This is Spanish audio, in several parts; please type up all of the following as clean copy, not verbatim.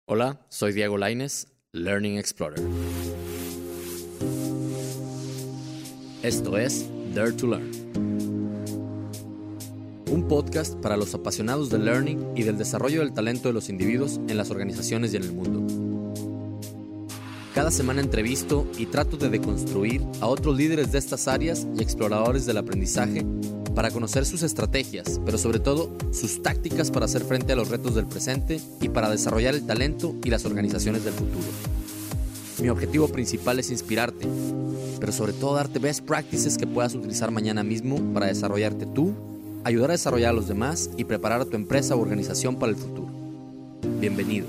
Hola, soy Diego Lainez, Learning Explorer. Esto es Dare to Learn, un podcast para los apasionados del learning y del desarrollo del talento de los individuos en las organizaciones y en el mundo. Cada semana entrevisto y trato de deconstruir a otros líderes de estas áreas y exploradores del aprendizaje para conocer sus estrategias, pero sobre todo sus tácticas para hacer frente a los retos del presente y para desarrollar el talento y las organizaciones del futuro. Mi objetivo principal es inspirarte, pero sobre todo darte best practices que puedas utilizar mañana mismo para desarrollarte tú, ayudar a desarrollar a los demás y preparar a tu empresa o organización para el futuro. Bienvenido.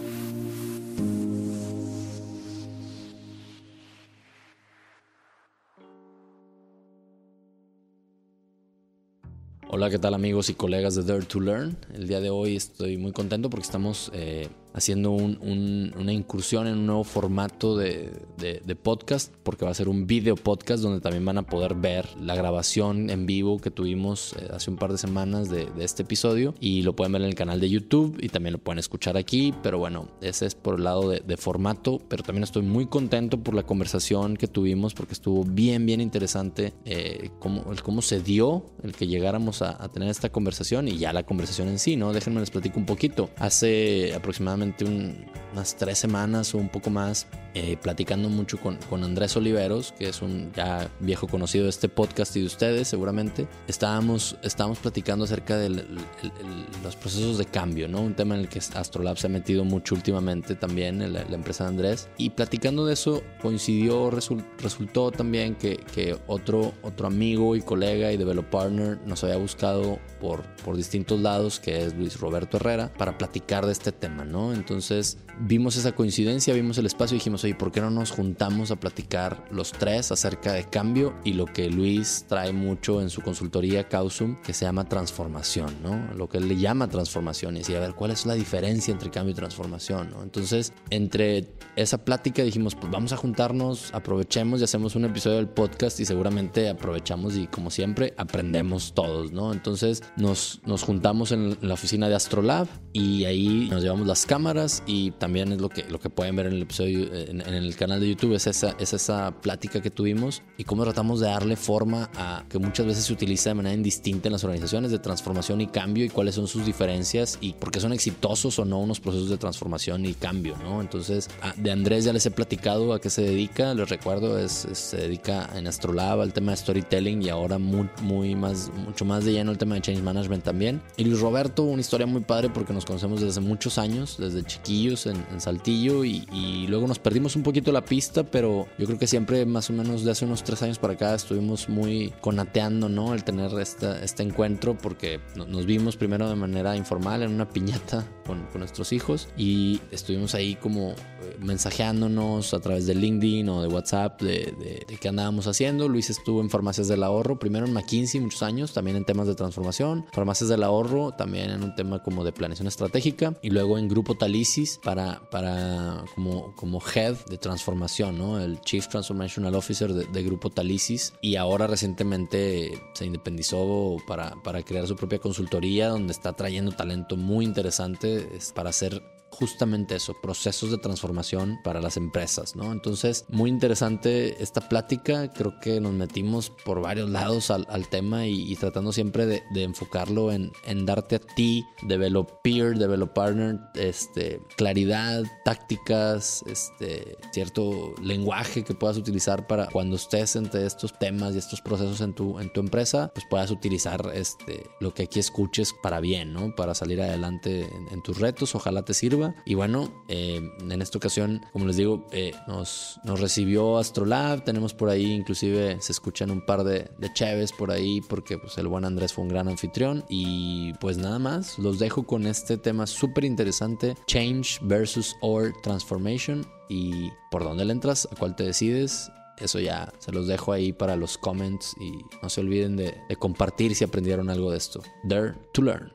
Hola, ¿qué tal amigos y colegas de Dare to Learn? El día de hoy estoy muy contento porque estamos haciendo una incursión en un nuevo formato de podcast, porque va a ser un video podcast donde también van a poder ver la grabación en vivo que tuvimos hace un par de semanas de este episodio, y lo pueden ver en el canal de YouTube y también lo pueden escuchar aquí. Pero bueno, ese es por el lado de formato, pero también estoy muy contento por la conversación que tuvimos, porque estuvo bien interesante cómo se dio el que llegáramos a tener esta conversación, y ya la conversación en sí, ¿no? Déjenme les platico un poquito. Hace aproximadamente unas 3 semanas o un poco más, platicando mucho con Andrés Oliveros, que es un ya viejo conocido de este podcast y de ustedes seguramente. Estábamos platicando acerca de los procesos de cambio, ¿no? Un tema en el que Astrolab se ha metido mucho últimamente también, la empresa de Andrés. Y platicando de eso, resultó también que otro amigo y colega y develop partner nos había buscado por distintos lados, que es Luis Roberto Herrera, para platicar de este tema, ¿no? Entonces vimos esa coincidencia, vimos el espacio y dijimos, oye, ¿por qué no nos juntamos a platicar los tres acerca de cambio y lo que Luis trae mucho en su consultoría Causum, que se llama transformación, ¿no? Lo que él le llama transformación, y decir, a ver, ¿cuál es la diferencia entre cambio y transformación, ¿no? Entonces, entre esa plática dijimos, pues vamos a juntarnos, aprovechemos y hacemos un episodio del podcast, y seguramente aprovechamos y, como siempre, aprendemos todos, ¿no? Entonces nos juntamos en la oficina de Astrolab, y ahí nos llevamos las cámaras, y también es lo que pueden ver en el episodio, en el canal de YouTube, es esa plática que tuvimos, y cómo tratamos de darle forma a que muchas veces se utiliza de manera indistinta en las organizaciones, de transformación y cambio, y cuáles son sus diferencias y por qué son exitosos o no unos procesos de transformación y cambio, ¿no? Entonces, de Andrés ya les he platicado a qué se dedica, les recuerdo, se dedica en Astrolab al tema de storytelling, y ahora mucho más de lleno el tema de change management también. Y Luis Roberto, una historia muy padre porque nos conocemos desde muchos años, desde chiquillos en Saltillo, y luego nos perdimos un poquito la pista, pero yo creo que siempre, más o menos de hace unos 3 años para acá, estuvimos muy conateando, ¿no? El tener este encuentro, porque nos vimos primero de manera informal en una piñata con nuestros hijos, y estuvimos ahí como mensajeándonos a través de LinkedIn o de WhatsApp de qué andábamos haciendo. Luis estuvo en Farmacias del Ahorro, primero en McKinsey muchos años, también en temas de transformación. Farmacias del Ahorro también en un tema como de planeación estratégica, y luego en Grupo Talisis para como head de transformación, ¿no? El Chief Transformational Officer de Grupo Talisis, y ahora recientemente se independizó para crear su propia consultoría, donde está trayendo talento muy interesante para hacer justamente eso, procesos de transformación para las empresas, ¿no? Entonces, muy interesante esta plática. Creo que nos metimos por varios lados al tema, y tratando siempre de enfocarlo en darte a ti, develop peer, develop partner, claridad, tácticas, cierto lenguaje que puedas utilizar para cuando estés entre estos temas y estos procesos en tu empresa, pues puedas utilizar lo que aquí escuches para bien, ¿no? Para salir adelante en tus retos. Ojalá te sirva. Y bueno, en esta ocasión, como les digo, nos recibió Astrolab. Tenemos por ahí, inclusive se escuchan un par de cheves por ahí, porque pues el buen Andrés fue un gran anfitrión. Y pues nada más, los dejo con este tema súper interesante: Change versus or Transformation. Y por dónde le entras, a cuál te decides, eso ya se los dejo ahí para los comments, y no se olviden de compartir si aprendieron algo de esto. Dare to Learn.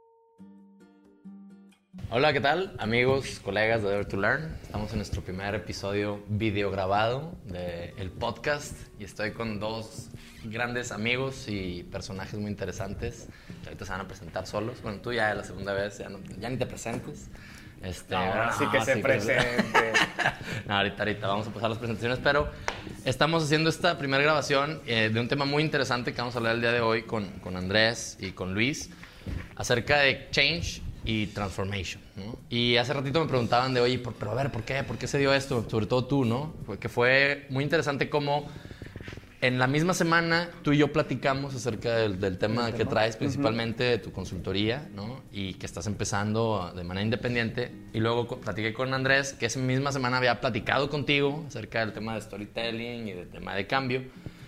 Hola, ¿qué tal? Amigos, colegas de Dare to Learn. Estamos en nuestro primer episodio video grabado del podcast, y estoy con 2 grandes amigos y personajes muy interesantes que ahorita se van a presentar solos. Bueno, tú ya es la segunda vez, ya ni te presentes. Así que se presente. No, ahorita vamos a pasar las presentaciones, pero estamos haciendo esta primera grabación de un tema muy interesante que vamos a hablar el día de hoy con Andrés y con Luis acerca de change y transformation, ¿no? Y hace ratito me preguntaban de, oye, pero a ver, ¿por qué se dio esto? Sobre todo tú, ¿no? Porque fue muy interesante cómo en la misma semana tú y yo platicamos acerca del tema que traes, principalmente de tu consultoría, ¿no? Y que estás empezando de manera independiente. Y luego platiqué con Andrés, que esa misma semana había platicado contigo acerca del tema de storytelling y del tema de cambio.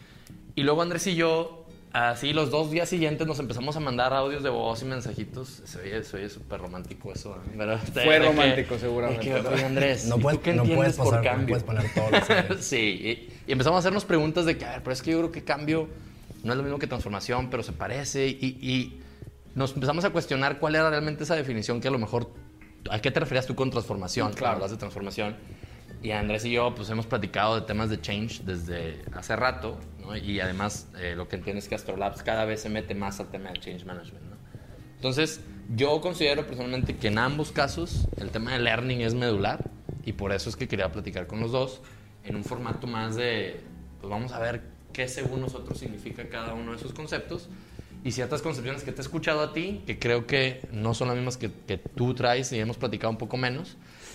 Y luego Andrés y yo, así los 2 días siguientes, nos empezamos a mandar audios de voz y mensajitos. Se oye súper romántico eso, ¿eh? Pero fue romántico, seguramente. Oye, Andrés, no puedes por cambio? No puedes poner todo lo que Sí, y empezamos a hacernos preguntas de que, a ver, pero es que yo creo que cambio no es lo mismo que transformación, pero se parece. Y nos empezamos a cuestionar cuál era realmente esa definición que a lo mejor... ¿A qué te referías tú con transformación? Claro. Hablas de transformación. Y Andrés y yo pues hemos platicado de temas de change desde hace rato, ¿no? Y además lo que entiendo es que Astrolabs cada vez se mete más al tema de change management, ¿no? Entonces yo considero personalmente que en ambos casos el tema de learning es medular y por eso es que quería platicar con los dos en un formato más de, pues vamos a ver qué según nosotros significa cada uno de esos conceptos y ciertas concepciones que te he escuchado a ti, que creo que no son las mismas que tú traes y hemos platicado un poco menos.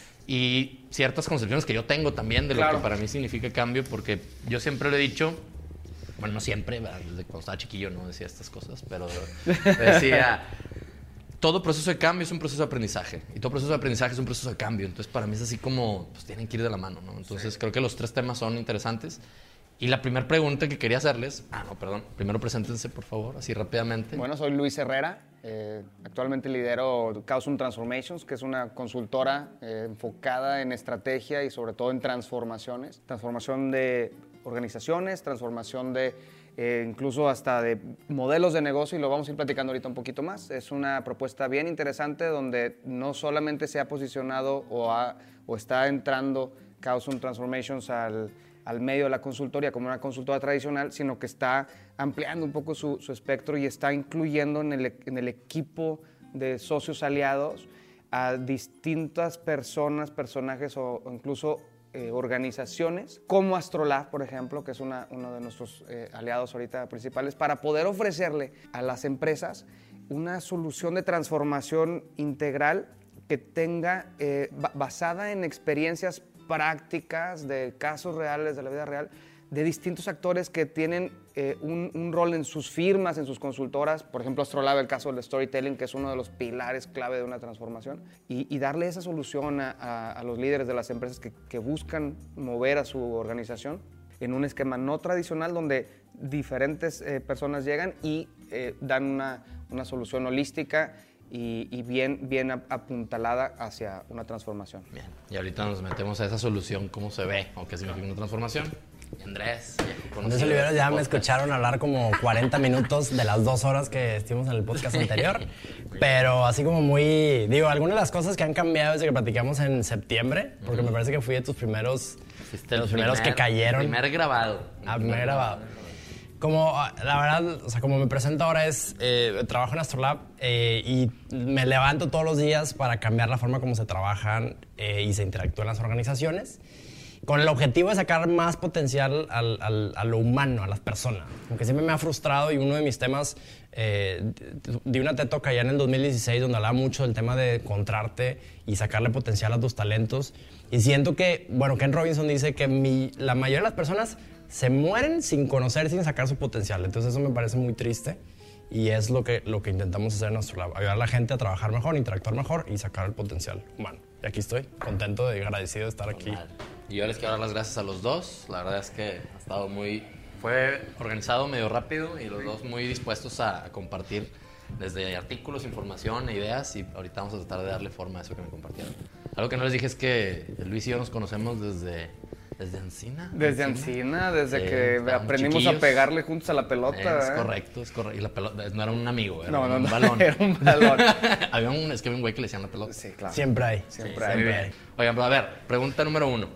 Y ciertas concepciones que yo tengo también de lo que para mí significa cambio, porque yo siempre lo he dicho, bueno, no siempre, desde cuando estaba chiquillo no decía estas cosas, pero decía, todo proceso de cambio es un proceso de aprendizaje, y todo proceso de aprendizaje es un proceso de cambio, entonces para mí es así como, pues tienen que ir de la mano, ¿no? Entonces creo que los 3 temas son interesantes. Y la primera pregunta que quería hacerles... primero preséntense, por favor, así rápidamente. Bueno, soy Luis Herrera. Actualmente lidero Causum Transformations, que es una consultora enfocada en estrategia y sobre todo en transformaciones. Transformación de organizaciones, transformación de incluso hasta de modelos de negocio, y lo vamos a ir platicando ahorita un poquito más. Es una propuesta bien interesante donde no solamente se ha posicionado o está entrando Causum Transformations al medio de la consultoría como una consultora tradicional, sino que está ampliando un poco su espectro y está incluyendo en el equipo de socios aliados a distintas personas, personajes o incluso organizaciones, como Astrolab, por ejemplo, que es uno de nuestros aliados ahorita principales, para poder ofrecerle a las empresas una solución de transformación integral que tenga basada en experiencias prácticas de casos reales de la vida real de distintos actores que tienen un rol en sus firmas, en sus consultoras. Por ejemplo, Astrolab, el caso del storytelling, que es uno de los pilares clave de una transformación, y darle esa solución a los líderes de las empresas que buscan mover a su organización en un esquema no tradicional donde diferentes personas llegan y dan una solución holística y bien apuntalada hacia una transformación. Bien, y ahorita nos metemos a esa solución, cómo se ve o qué significa una transformación. Y Andrés, Andrés Oliveros, ya me escucharon hablar como 40 minutos de las 2 horas que estuvimos en el podcast anterior, pero así como algunas de las cosas que han cambiado desde que platicamos en septiembre, porque me parece que fui de tus primeros, que cayeron. Primer grabado. Primer grabado. Como, la verdad, o sea, como me presento ahora trabajo en Astrolab y me levanto todos los días para cambiar la forma como se trabajan y se interactúan las organizaciones, con el objetivo de sacar más potencial a lo humano, a las personas. Aunque siempre me ha frustrado, y uno de mis temas, di una TED Talk allá en el 2016 donde hablaba mucho del tema de encontrarte y sacarle potencial a tus talentos. Y siento que, Ken Robinson dice que la mayoría de las personas se mueren sin conocer, sin sacar su potencial. Entonces eso me parece muy triste y es lo que intentamos hacer en nuestro lab. Ayudar a la gente a trabajar mejor, interactuar mejor y sacar el potencial humano. Y aquí estoy, contento y agradecido de estar aquí. Y yo les quiero dar las gracias a los dos. La verdad es que ha estado fue organizado medio rápido y los dos muy dispuestos a compartir desde artículos, información e ideas, y ahorita vamos a tratar de darle forma a eso que me compartieron. Algo que no les dije es que Luis y yo nos conocemos desde Ancina. Desde Ancina, desde que aprendimos chiquillos. A pegarle juntos a la pelota. Es correcto. Y la pelota no era un amigo, era un balón. Era un balón. había un güey que le decían la pelota. Sí, claro. Siempre hay. Siempre hay. Oigan, pero a ver, pregunta número 1.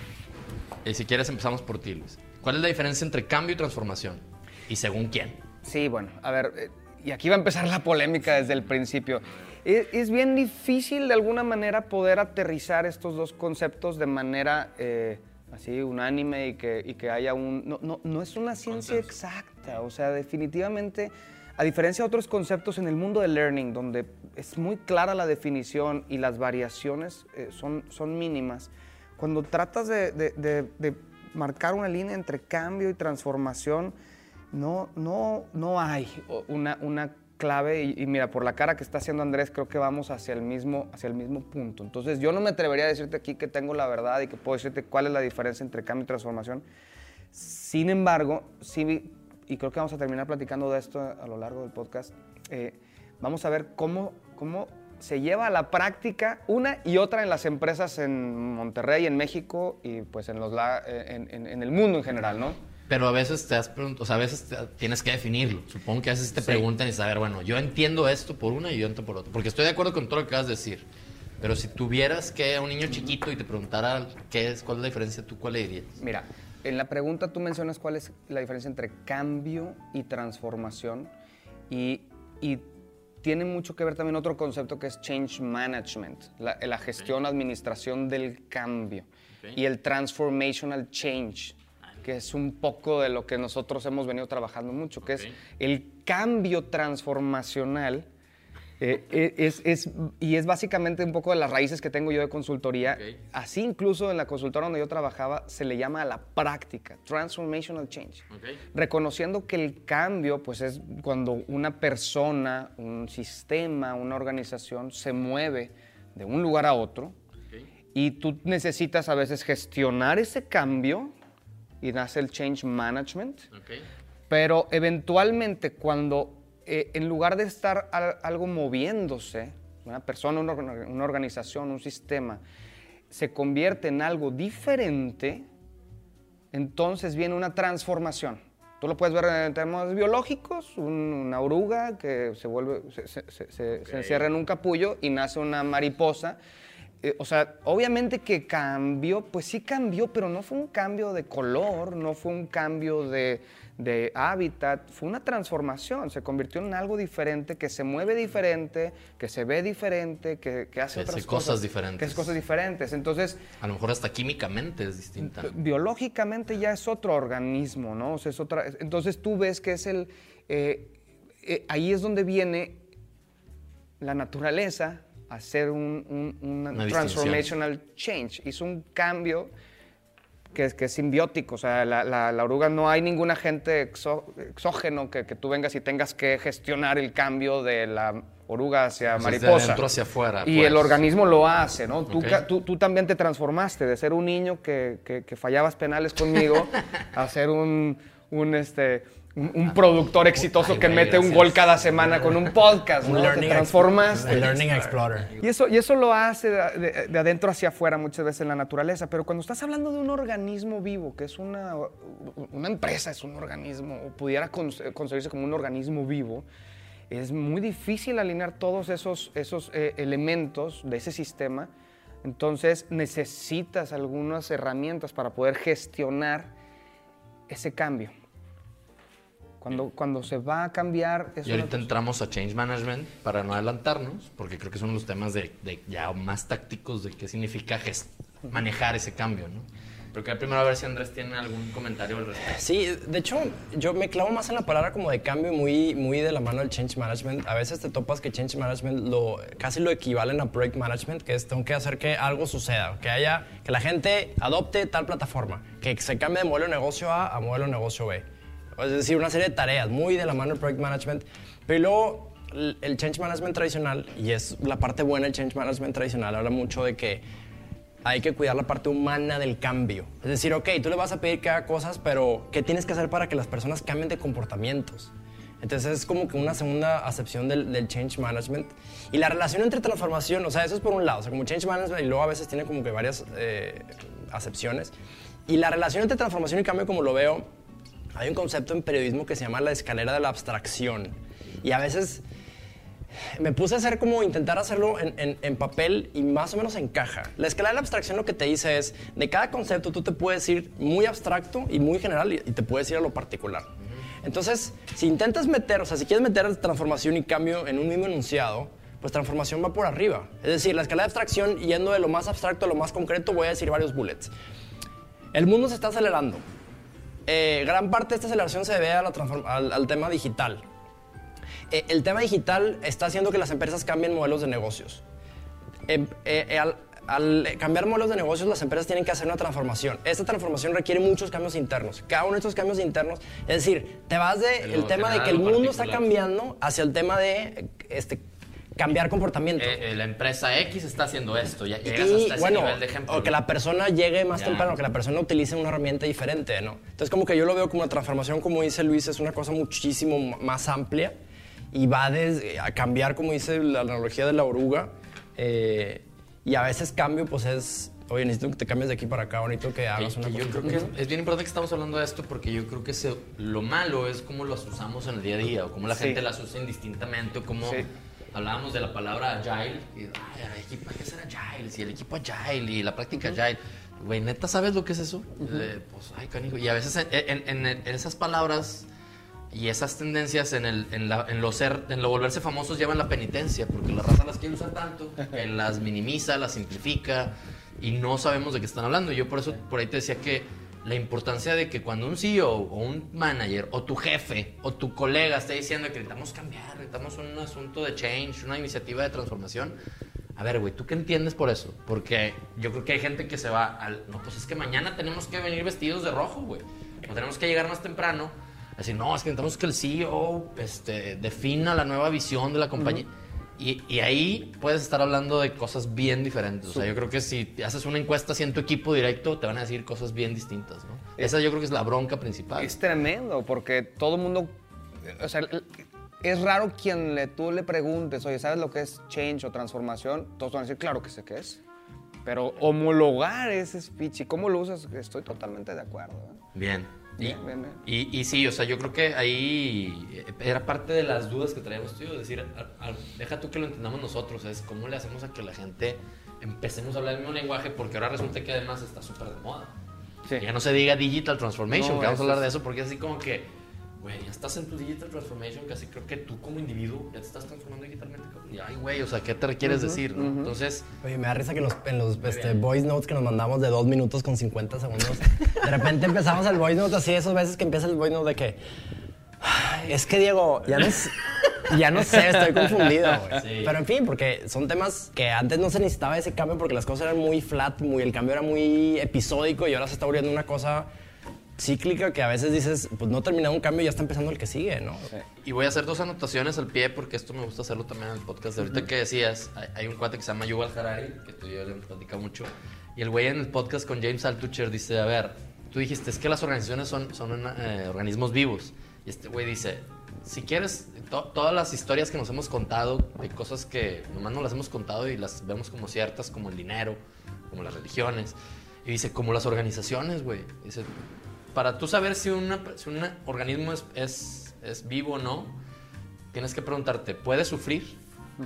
Si quieres empezamos por ti, Luis. ¿Cuál es la diferencia entre cambio y transformación? ¿Y según quién? Sí, bueno, a ver, y aquí va a empezar la polémica desde el principio. Es bien difícil de alguna manera poder aterrizar estos dos conceptos de manera así unánime y que haya no es una ciencia exacta, o sea, definitivamente, a diferencia de otros conceptos en el mundo del learning, donde es muy clara la definición y las variaciones son mínimas, cuando tratas de marcar una línea entre cambio y transformación, no hay una clave y mira, por la cara que está haciendo Andrés, creo que vamos hacia el mismo punto. Entonces, yo no me atrevería a decirte aquí que tengo la verdad y que puedo decirte cuál es la diferencia entre cambio y transformación. Sin embargo, sí, y creo que vamos a terminar platicando de esto a lo largo del podcast, vamos a ver cómo se lleva a la práctica una y otra en las empresas en Monterrey, en México y pues en el mundo en general, ¿no? Pero a veces a veces tienes que definirlo. Supongo que a veces te preguntan y saber, bueno, yo entiendo esto por una y yo entiendo por otra. Porque estoy de acuerdo con todo lo que acabas de decir. Pero si tuvieras que a un niño chiquito y te preguntara cuál es la diferencia, ¿tú cuál le dirías? Mira, en la pregunta tú mencionas cuál es la diferencia entre cambio y transformación y tiene mucho que ver también otro concepto que es change management, la gestión, administración del cambio y el transformational change, que es un poco de lo que nosotros hemos venido trabajando mucho, que es el cambio transformacional, y es básicamente un poco de las raíces que tengo yo de consultoría. Así incluso en la consultora donde yo trabajaba se le llama a la práctica, transformational change. Reconociendo que el cambio pues es cuando una persona, un sistema, una organización se mueve de un lugar a otro y tú necesitas a veces gestionar ese cambio y nace el change management, pero eventualmente cuando en lugar de estar algo moviéndose, una persona, una organización, un sistema, se convierte en algo diferente, entonces viene una transformación. Tú lo puedes ver en términos biológicos, una oruga que se encierra en un capullo y nace una mariposa. O sea, obviamente que cambió, pues sí cambió, pero no fue un cambio de color, no fue un cambio de hábitat, fue una transformación, se convirtió en algo diferente, que se mueve diferente, que se ve diferente, que hace otras cosas diferentes. Que hace cosas diferentes. Entonces, a lo mejor hasta químicamente es distinta. Biológicamente ya es otro organismo, ¿no? O sea, entonces tú ves que es ahí es donde viene la naturaleza a hacer una transformational change. Hizo un cambio que es simbiótico, o sea, la oruga, no hay ningún agente exógeno que tú vengas y tengas que gestionar el cambio de la oruga hacia mariposa. De adentro hacia afuera. Y el organismo lo hace, ¿no? Tú también te transformaste de ser un niño que fallabas penales conmigo a ser un productor exitoso que mete un gol cada semana con un podcast, ¿no? Te transformaste. El Learning Explorer. Y eso lo hace de adentro hacia afuera muchas veces en la naturaleza, pero cuando estás hablando de un organismo vivo, que es una empresa, es un organismo, o pudiera concebirse como un organismo vivo, es muy difícil alinear todos esos elementos de ese sistema. Entonces necesitas algunas herramientas para poder gestionar ese cambio. Cuando se va a cambiar... Y ahorita entramos a Change Management para no adelantarnos, porque creo que son los temas de ya más tácticos de qué significa manejar ese cambio, ¿no? Pero quería primero a ver si Andrés tiene algún comentario al respecto. Sí, de hecho, yo me clavo más en la palabra como de cambio, muy de la mano del Change Management. A veces te topas que Change Management casi lo equivalen a Project Management, que es tengo que hacer que algo suceda, que la gente adopte tal plataforma, que se cambie de modelo de negocio A modelo de negocio B. Es decir, una serie de tareas muy de la mano del Project Management, pero luego el Change Management tradicional, y es la parte buena del Change Management tradicional, habla mucho de que hay que cuidar la parte humana del cambio. Es decir, ok, tú le vas a pedir que haga cosas, pero ¿qué tienes que hacer para que las personas cambien de comportamientos? Entonces es como que una segunda acepción del Change Management. Y la relación entre transformación, o sea, eso es por un lado, o sea, como Change Management, y luego a veces tiene como que varias acepciones. Y la relación entre transformación y cambio, como lo veo, hay un concepto en periodismo que se llama la escalera de la abstracción. Y a veces me puse a hacer como intentar hacerlo en papel y más o menos encaja. La escalera de la abstracción lo que te dice es, de cada concepto tú te puedes ir muy abstracto y muy general y te puedes ir a lo particular. Entonces, si intentas meter, o sea, si quieres meter transformación y cambio en un mismo enunciado, pues transformación va por arriba. Es decir, la escala de abstracción, yendo de lo más abstracto a lo más concreto, voy a decir varios bullets. El mundo se está acelerando. Gran parte de esta aceleración se debe a al tema digital. El tema digital está haciendo que las empresas cambien modelos de negocios. Al cambiar modelos de negocios, las empresas tienen que hacer una transformación. Esta transformación requiere muchos cambios internos. Cada uno de estos cambios internos, es decir, te vas del tema de que el mundo está cambiando hacia el tema de cambiar comportamiento. La empresa X está haciendo esto, ya llegas hasta ese nivel de ejemplo. O que la persona llegue más temprano, que la persona utilice una herramienta diferente, ¿no? Entonces, como que yo lo veo como una transformación, como dice Luis, es una cosa muchísimo más amplia y va a cambiar, como dice la analogía de la oruga. Y a veces cambio, pues es, oye, necesito que te cambies de aquí para acá, necesito que hagas una cosa. Yo creo que es bien importante que estamos hablando de esto porque yo creo que lo malo es cómo las usamos en el día a día, o cómo la gente las usa indistintamente, o cómo hablábamos de la palabra agile, y ¿para qué ser agile? Si el equipo agile y la práctica agile. Güey, ¿neta sabes lo que es eso? Pues, ay, canijo. Y a veces en esas palabras y esas tendencias en lo volverse famosos llevan la penitencia, porque la raza las quiere usar tanto, que las minimiza, las simplifica y no sabemos de qué están hablando. Yo por eso por ahí te decía que la importancia de que cuando un CEO o un manager o tu jefe o tu colega esté diciendo que necesitamos cambiar, necesitamos un asunto de change, una iniciativa de transformación, a ver, güey, ¿tú qué entiendes por eso? Porque yo creo que hay gente que se va no, pues es que mañana tenemos que venir vestidos de rojo, güey, o tenemos que llegar más temprano. Así, no, es que necesitamos que el CEO defina la nueva visión de la compañía. Y ahí puedes estar hablando de cosas bien diferentes. O sea, yo creo que si haces una encuesta así en tu equipo directo, te van a decir cosas bien distintas, ¿no? Esa yo creo que es la bronca principal. Es tremendo, porque todo el mundo... O sea, es raro quien tú le preguntes, oye, ¿sabes lo que es change o transformación? Todos van a decir, claro que sé qué es. Pero homologar ese speech y cómo lo usas, estoy totalmente de acuerdo, ¿eh? Bien. Bien. Y sí, o sea, yo creo que ahí era parte de las dudas que traíamos tú, es decir, deja tú que lo entendamos nosotros, es cómo le hacemos a que la gente empecemos a hablar el mismo lenguaje, porque ahora resulta que además está súper de moda. Sí. Ya no se diga digital transformation, que vamos a hablar de eso, porque es así como que, güey, ya estás en tu digital transformation, casi creo que tú como individuo ya te estás transformando digitalmente. Y ay, güey, o sea, ¿qué te quieres decir, no? Entonces... Oye, me da risa que en los voice notes que nos mandamos de 2 minutos con 50 segundos, de repente empezamos el voice note así, esas veces que empieza el voice note de que... Es que, Diego, ya no sé, estoy confundido, güey. Sí. Pero en fin, porque son temas que antes no se necesitaba ese cambio porque las cosas eran muy flat, el cambio era muy episódico y ahora se está volviendo una cosa cíclica que a veces dices, pues no ha terminado un cambio y ya está empezando el que sigue, ¿no? Sí. Y voy a hacer 2 anotaciones al pie porque esto me gusta hacerlo también en el podcast. De ahorita que decías, hay un cuate que se llama Yuval Harari, que tú y yo le hemos platicado mucho, y el güey en el podcast con James Altucher dice, a ver, tú dijiste, es que las organizaciones son organismos vivos. Y este güey dice, si quieres, todas las historias que nos hemos contado, de cosas que nomás no las hemos contado y las vemos como ciertas, como el dinero, como las religiones, y dice, como las organizaciones, güey. Dice, para tú saber si un organismo es vivo o no, tienes que preguntarte, ¿puede sufrir?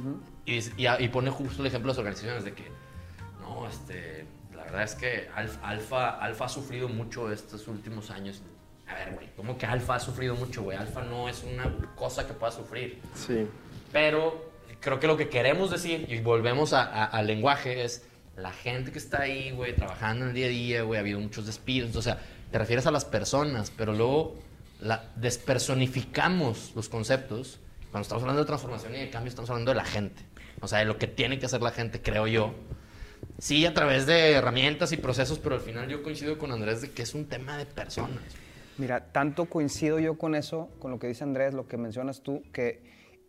Y pone justo el ejemplo de las organizaciones de que, no, la verdad es que Alfa ha sufrido mucho estos últimos años. A ver, güey, ¿cómo que Alfa ha sufrido mucho, güey? Alfa no es una cosa que pueda sufrir. Sí. Pero creo que lo que queremos decir, y volvemos al lenguaje, es la gente que está ahí, güey, trabajando en el día a día, güey, ha habido muchos despidos, o sea, te refieres a las personas, pero luego despersonificamos los conceptos. Cuando estamos hablando de transformación y de cambio, estamos hablando de la gente. O sea, de lo que tiene que hacer la gente, creo yo. Sí, a través de herramientas y procesos, pero al final yo coincido con Andrés de que es un tema de personas. Mira, tanto coincido yo con eso, con lo que dice Andrés, lo que mencionas tú, que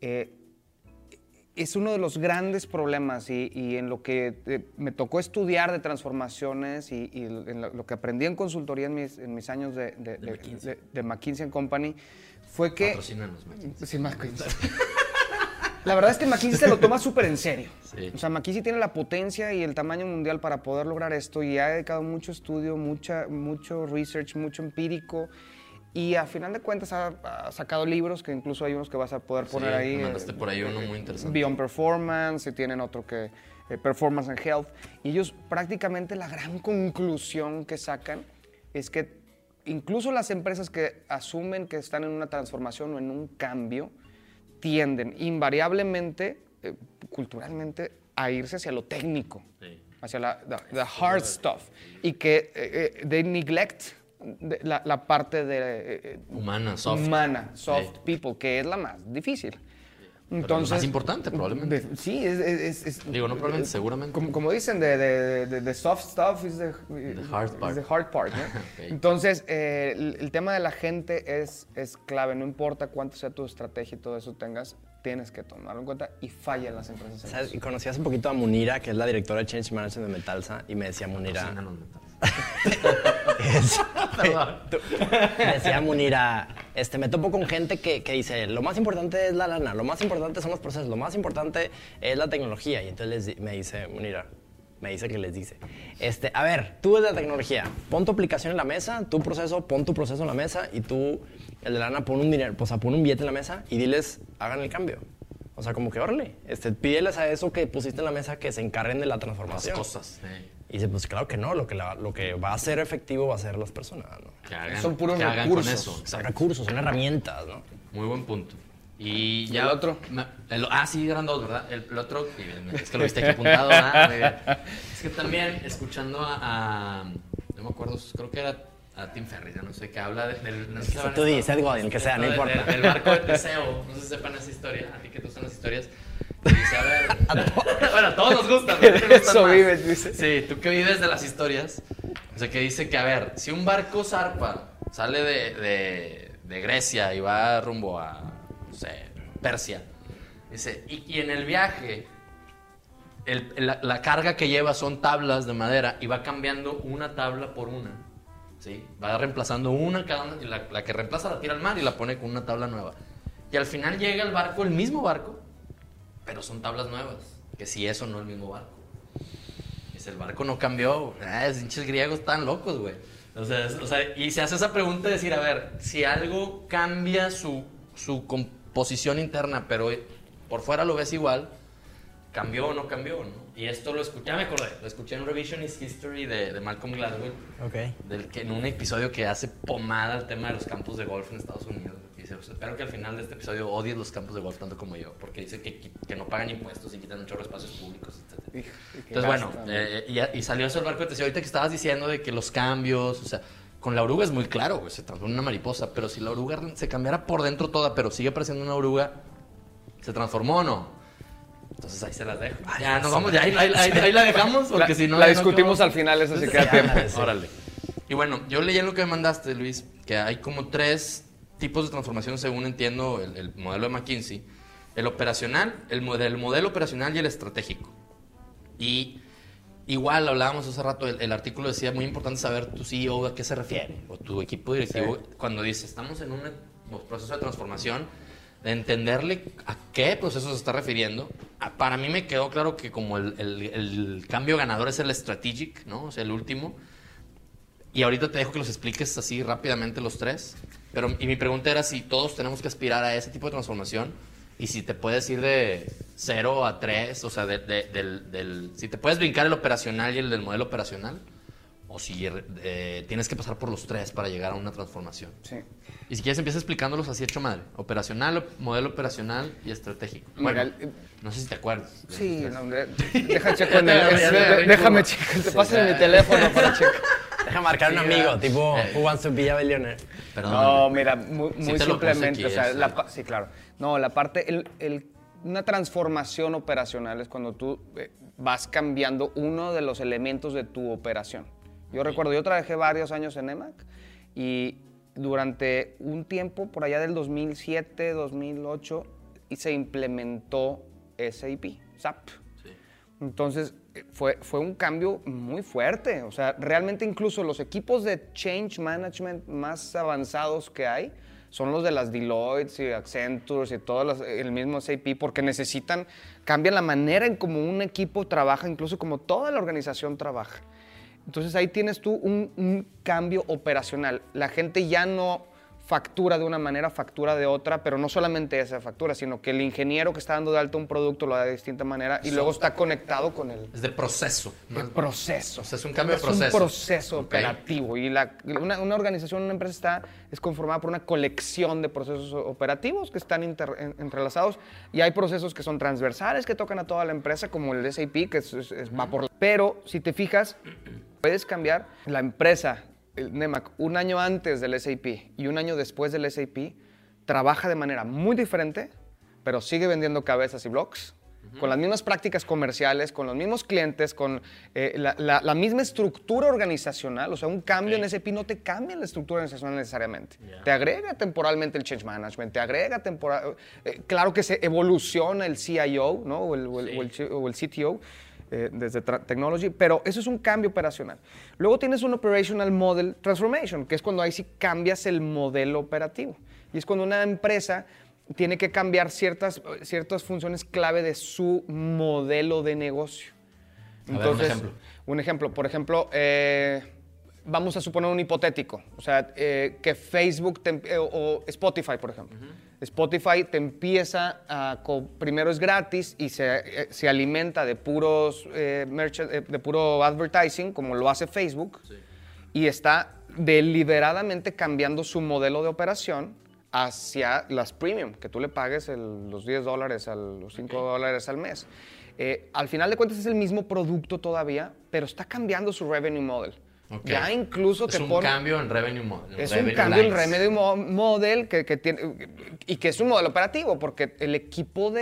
es uno de los grandes problemas y en lo que me tocó estudiar de transformaciones y en lo que aprendí en consultoría en mis años de McKinsey & Company fue que... Patrocínanos, McKinsey. Sí, McKinsey. La verdad es que McKinsey se lo toma súper en serio. Sí. O sea, McKinsey tiene la potencia y el tamaño mundial para poder lograr esto y ha dedicado mucho estudio, mucho research, mucho empírico. Y a final de cuentas ha sacado libros, que incluso hay unos que vas a poder poner ahí. Me mandaste por ahí uno muy interesante. Beyond Performance, y tienen otro que Performance and Health. Y ellos prácticamente la gran conclusión que sacan es que incluso las empresas que asumen que están en una transformación o en un cambio, tienden invariablemente culturalmente a irse hacia lo técnico, Sí. hacia the hard stuff, y que they neglect la parte de Humana, soft. soft people, que es la más difícil. Pero Entonces, la más importante, probablemente. sí, Digo, no probablemente, seguramente. Como dicen, the soft stuff is the hard part. is the hard part, ¿no? Ok. Entonces, el tema de la gente es clave. No importa cuánto sea tu estrategia y todo eso tengas, tienes que tomarlo en cuenta y falla en las empresas. en ¿Sabes? eso. Y conocí hace un poquito a Munira, que es la directora de Change Management de Metalsa, y me decía Munira... Cocínanos, metales. Me decía Munira, me topo con gente que dice, lo más importante es la lana, lo más importante son los procesos, lo más importante es la tecnología. Y entonces me dice Munira, que les dice, a ver, tú de la tecnología, pon tu aplicación en la mesa, tu proceso, pon tu proceso en la mesa, y tú, el de lana, pon un dinero, pon un billete en la mesa y diles, hagan el cambio. O sea, como que, órale, pídeles a eso que pusiste en la mesa que se encarguen de la transformación. Las cosas. Y dice, pues claro que no, lo que va a ser efectivo va a ser las personas, ¿no? Que hagan, Son puros que hagan con recursos. eso. Son recursos, son herramientas, ¿no? Muy buen punto. Y ¿Y ya el otro? sí, eran dos, ¿verdad? El otro, es que lo viste aquí apuntado, ¿verdad? Muy bien. Es que también, escuchando no me acuerdo, creo que era a Tim Ferriss, ya no sé, que habla del... No sé si saben Tú esto, di, Seth Godin, el que sea, no importa. Del barco de Teseo, no sé si sepan esa historia, a ti que te gustan las historias. Dice, a ver... bueno, a todos nos gustan. ¿No? ¿Te gustan Eso más? vives, dice. Sí, tú que vives de las historias. O sea, que dice que, a ver, si un barco zarpa, sale de Grecia y va rumbo a, no sé, Persia, dice, y en el viaje, la carga que lleva son tablas de madera y va cambiando una tabla por una, ¿sí? Va reemplazando una cada una, y la que reemplaza la tira al mar y la pone con una tabla nueva. Y al final llega el barco, el mismo barco, pero son tablas nuevas, que si eso no es el mismo barco. Dice, el barco no cambió. Esos pinches griegos están locos, güey. O sea, y se hace esa pregunta de decir, a ver, si algo cambia su composición interna, pero por fuera lo ves igual, ¿cambió o no cambió, no? Y esto lo escuché, ya me acordé, lo escuché en Revisionist History de Malcolm Gladwell, en un episodio que hace pomada el tema de los campos de golf en Estados Unidos. Dice, espero que al final de este episodio odies los campos de golf tanto como yo, porque dice que no pagan impuestos y quitan un chorro de espacios públicos, etc. Entonces, bueno, y salió eso el barco de Teseo. Ahorita que estabas diciendo de que los cambios, o sea, con la oruga es muy claro, güey, se transforma en una mariposa, pero si la oruga se cambiara por dentro toda, pero sigue pareciendo una oruga, ¿se transformó o no? Entonces ahí se las dejo. Ya nos vamos, ya ahí la dejamos, porque si no... La discutimos al final, eso sí queda tiempo. Órale. Y bueno, yo leí en lo que me mandaste, Luis, que hay como 3 tipos de transformación según entiendo el modelo de McKinsey. El operacional, el modelo operacional y el estratégico. Y igual hablábamos hace rato, el artículo decía, muy importante saber tu CEO a qué se refiere, o tu equipo directivo, cuando dice, estamos en un proceso de transformación, de entenderle a qué proceso se está refiriendo. Para mí me quedó claro que como el cambio ganador es el strategic, ¿no? O sea, el último. Y ahorita te dejo que los expliques así rápidamente los 3. Y mi pregunta era si todos tenemos que aspirar a ese tipo de transformación y si te puedes ir de 0 a 3, o sea, si te puedes brincar el operacional y el del modelo operacional, o si tienes que pasar por los 3 para llegar a una transformación. Sí. Y si quieres empieza explicándolos así hecho madre. Operacional, modelo operacional y estratégico. Mira, Bueno, no sé si te acuerdas. Sí, no, deja checo en el... Déjame checar, te paso mi teléfono para checar. Deja marcar un amigo, tipo, who wants to be a billionaire? Perdón. No, mira, muy Sí te lo puse simplemente, aquí, o sea, eso. sí, claro. No, la parte, una transformación operacional es cuando tú vas cambiando uno de los elementos de tu operación. Yo recuerdo, yo trabajé varios años en EMAC y durante un tiempo, por allá del 2007, 2008, se implementó SAP. Sí. Entonces, fue un cambio muy fuerte. O sea, realmente incluso los equipos de change management más avanzados que hay son los de las Deloitte y Accenture y todo el mismo SAP, porque cambian la manera en cómo un equipo trabaja, incluso como toda la organización trabaja. Entonces ahí tienes tú un cambio operacional. La gente ya no factura de una manera, factura de otra, pero no solamente esa factura, sino que el ingeniero que está dando de alta un producto lo da de distinta manera y luego está conectado con el... Es de proceso. El proceso. O sea, es un cambio de proceso. Es un proceso operativo y una organización, una empresa es conformada por una colección de procesos operativos que están entrelazados y hay procesos que son transversales que tocan a toda la empresa, como el SAP, que va por... Pero si te fijas, puedes cambiar la empresa. El Nemak, un año antes del SAP y un año después del SAP, trabaja de manera muy diferente, pero sigue vendiendo cabezas y blogs, con las mismas prácticas comerciales, con los mismos clientes, con la misma estructura organizacional. O sea, un cambio en SAP no te cambia la estructura organizacional necesariamente. Te agrega temporalmente el change management, te agrega claro que se evoluciona el CIO, ¿no? o el CTO, desde Technology, pero eso es un cambio operacional. Luego tienes un Operational Model Transformation, que es cuando ahí sí cambias el modelo operativo. Y es cuando una empresa tiene que cambiar ciertas funciones clave de su modelo de negocio. Entonces, un ejemplo. Por ejemplo, vamos a suponer un hipotético. O sea, que Facebook o Spotify, por ejemplo. Spotify te empieza primero es gratis y se alimenta de puro advertising, como lo hace Facebook, y está deliberadamente cambiando su modelo de operación hacia las premium, que tú le pagues los $10, los $5 al mes. Al final de cuentas es el mismo producto todavía, pero está cambiando su revenue model. Ya incluso es un cambio en revenue model. Es un cambio en revenue model que tiene, y que es un modelo operativo, porque el equipo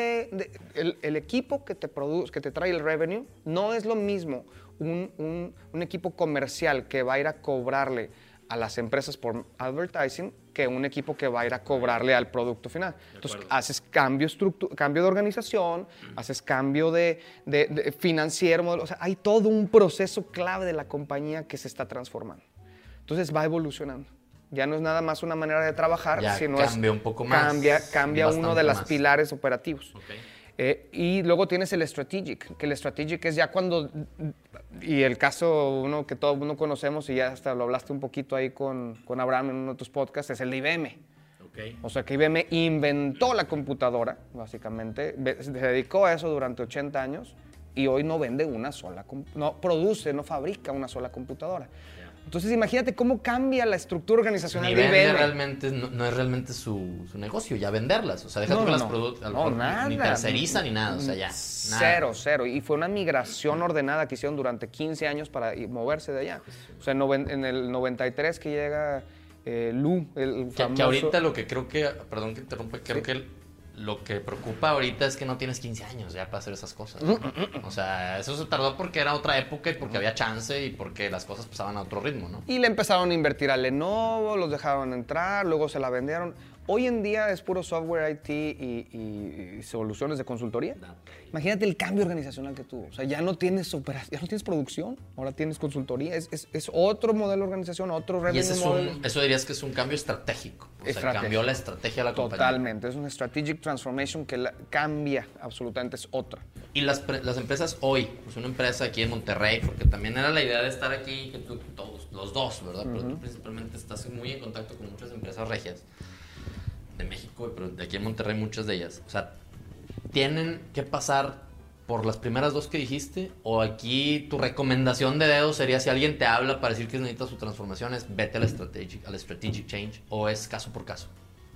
el equipo que te trae el revenue no es lo mismo un equipo comercial que va a ir a cobrarle a las empresas por advertising que un equipo que va a ir a cobrarle al producto final. Entonces, haces cambio de organización, haces cambio de financiero, o sea, hay todo un proceso clave de la compañía que se está transformando. Entonces, va evolucionando. Ya no es nada más una manera de trabajar, sino cambia un poco más. Cambia uno de los pilares operativos. Y luego tienes el strategic, que el strategic es ya cuando, y el caso uno que todo el mundo conocemos, y ya hasta lo hablaste un poquito ahí con Abraham en uno de tus podcasts, es el de IBM. O sea que IBM inventó la computadora, básicamente, se dedicó a eso durante 80 años y hoy no vende no fabrica una sola computadora. Entonces imagínate cómo cambia la estructura organizacional de IBM. Realmente, no es realmente su negocio, ya venderlas. O sea, deja que las productos ni tercerizan ni nada. O sea, ya. Cero. Y fue una migración ordenada que hicieron durante 15 años para moverse de allá. O sea, en el 93 que llega Lu, el famoso... Que ahorita lo que creo que... Perdón que interrumpa. Creo que lo que preocupa ahorita es que no tienes 15 años ya para hacer esas cosas, ¿no? O sea, eso se tardó porque era otra época y porque había chance y porque las cosas pasaban a otro ritmo, ¿no? Y le empezaron a invertir a Lenovo, los dejaron entrar, luego se la vendieron. Hoy en día es puro software IT y soluciones de consultoría. Imagínate el cambio organizacional que tuvo. O sea, ya no tienes producción, ahora tienes consultoría. Es otro modelo de organización, otro revenue model. Eso dirías que es un cambio estratégico. O sea, cambió la estrategia de la compañía. Totalmente. Es una strategic transformation que cambia absolutamente, es otra. Y las empresas hoy, pues una empresa aquí en Monterrey, porque también era la idea de estar aquí, que tú, todos, los dos, ¿verdad? Pero tú principalmente estás muy en contacto con muchas empresas regias de México, pero de aquí en Monterrey muchas de ellas. O sea, ¿tienen que pasar por las primeras dos que dijiste? ¿O aquí tu recomendación de dedo sería si alguien te habla para decir que necesita su transformación es vete al strategic change, o es caso por caso?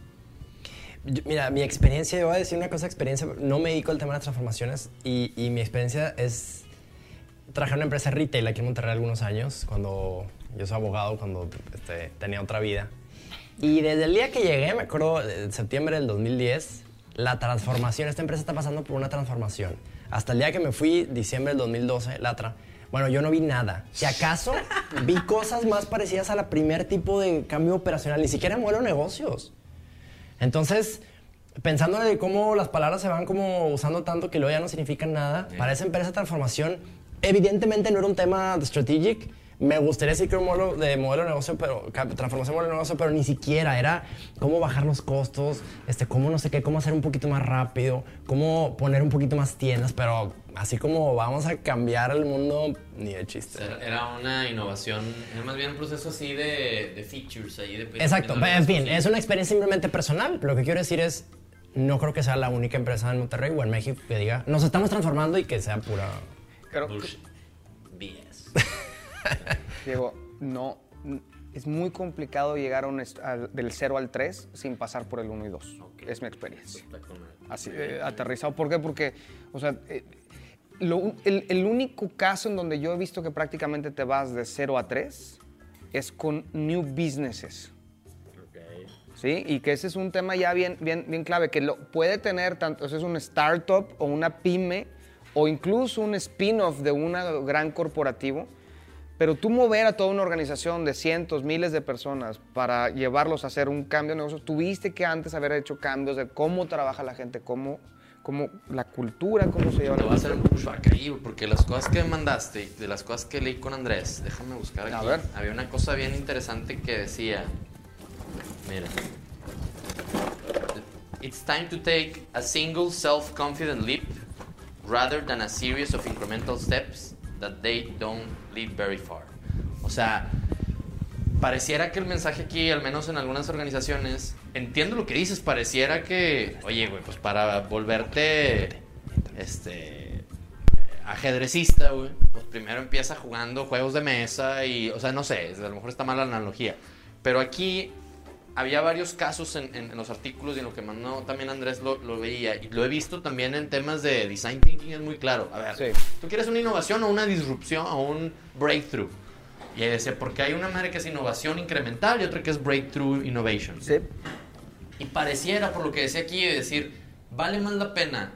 Mira, mi experiencia, yo voy a decir una cosa, no me dedico al tema de las transformaciones y mi experiencia es trabajar en una empresa retail aquí en Monterrey algunos años, cuando yo soy abogado, cuando tenía otra vida. Y desde el día que llegué, me acuerdo, en septiembre del 2010, la transformación, esta empresa está pasando por una transformación. Hasta el día que me fui, diciembre del 2012, bueno, yo no vi nada. Si acaso, vi cosas más parecidas a la primer tipo de cambio operacional, ni siquiera en modelo de negocios. Entonces, pensando en cómo las palabras se van como usando tanto que luego ya no significan nada, para esa empresa de transformación, evidentemente no era un tema de strategic. me gustaría decir que un modelo de negocio, pero transformación de modelo de negocio, pero ni siquiera era cómo bajar los costos, cómo no sé qué, cómo hacer un poquito más rápido, cómo poner un poquito más tiendas, pero así como vamos a cambiar el mundo, ni de chiste. Era una innovación, era más bien un proceso así de features ahí. Exacto, en fin, es una experiencia simplemente personal. Lo que quiero decir es, no creo que sea la única empresa en Monterrey o en México que diga, nos estamos transformando y que sea pura... Bullshit. BS. Diego, no, es muy complicado llegar del 0 al 3 sin pasar por el 1 y 2. Okay. Es mi experiencia. Así, aterrizado. ¿Por qué? Porque, o sea, el único caso en donde yo he visto que prácticamente te vas de 0 a 3 es con new businesses. Okay. ¿Sí? Y que ese es un tema ya bien clave, que puede tener tanto, o sea, es un startup o una pyme o incluso un spin-off de un gran corporativo, pero tú mover a toda una organización de cientos, miles de personas para llevarlos a hacer un cambio de negocios, tuviste que antes haber hecho cambios de cómo trabaja la gente, cómo la cultura, cómo se lleva. Te voy a hacer un pushback ahí, porque las cosas que me mandaste, de las cosas que leí con Andrés, déjame buscar aquí. A ver. Había una cosa bien interesante que decía, mira, it's time to take a single self-confident leap rather than a series of incremental steps that they don't lead very far. O sea, pareciera que el mensaje aquí, al menos en algunas organizaciones, entiendo lo que dices, pareciera que, oye, güey, pues para volverte ajedrecista, güey, pues primero empieza jugando juegos de mesa y, o sea, no sé, a lo mejor está mala la analogía, pero aquí había varios casos en los artículos y en lo que mandó también Andrés lo veía, y lo he visto también en temas de design thinking, es muy claro. A ver, sí. ¿Tú quieres una innovación o una disrupción o un breakthrough? Y ahí decía, porque hay una madre que es innovación incremental y otra que es breakthrough innovation. Sí. Y pareciera, por lo que decía aquí, decir, vale más la pena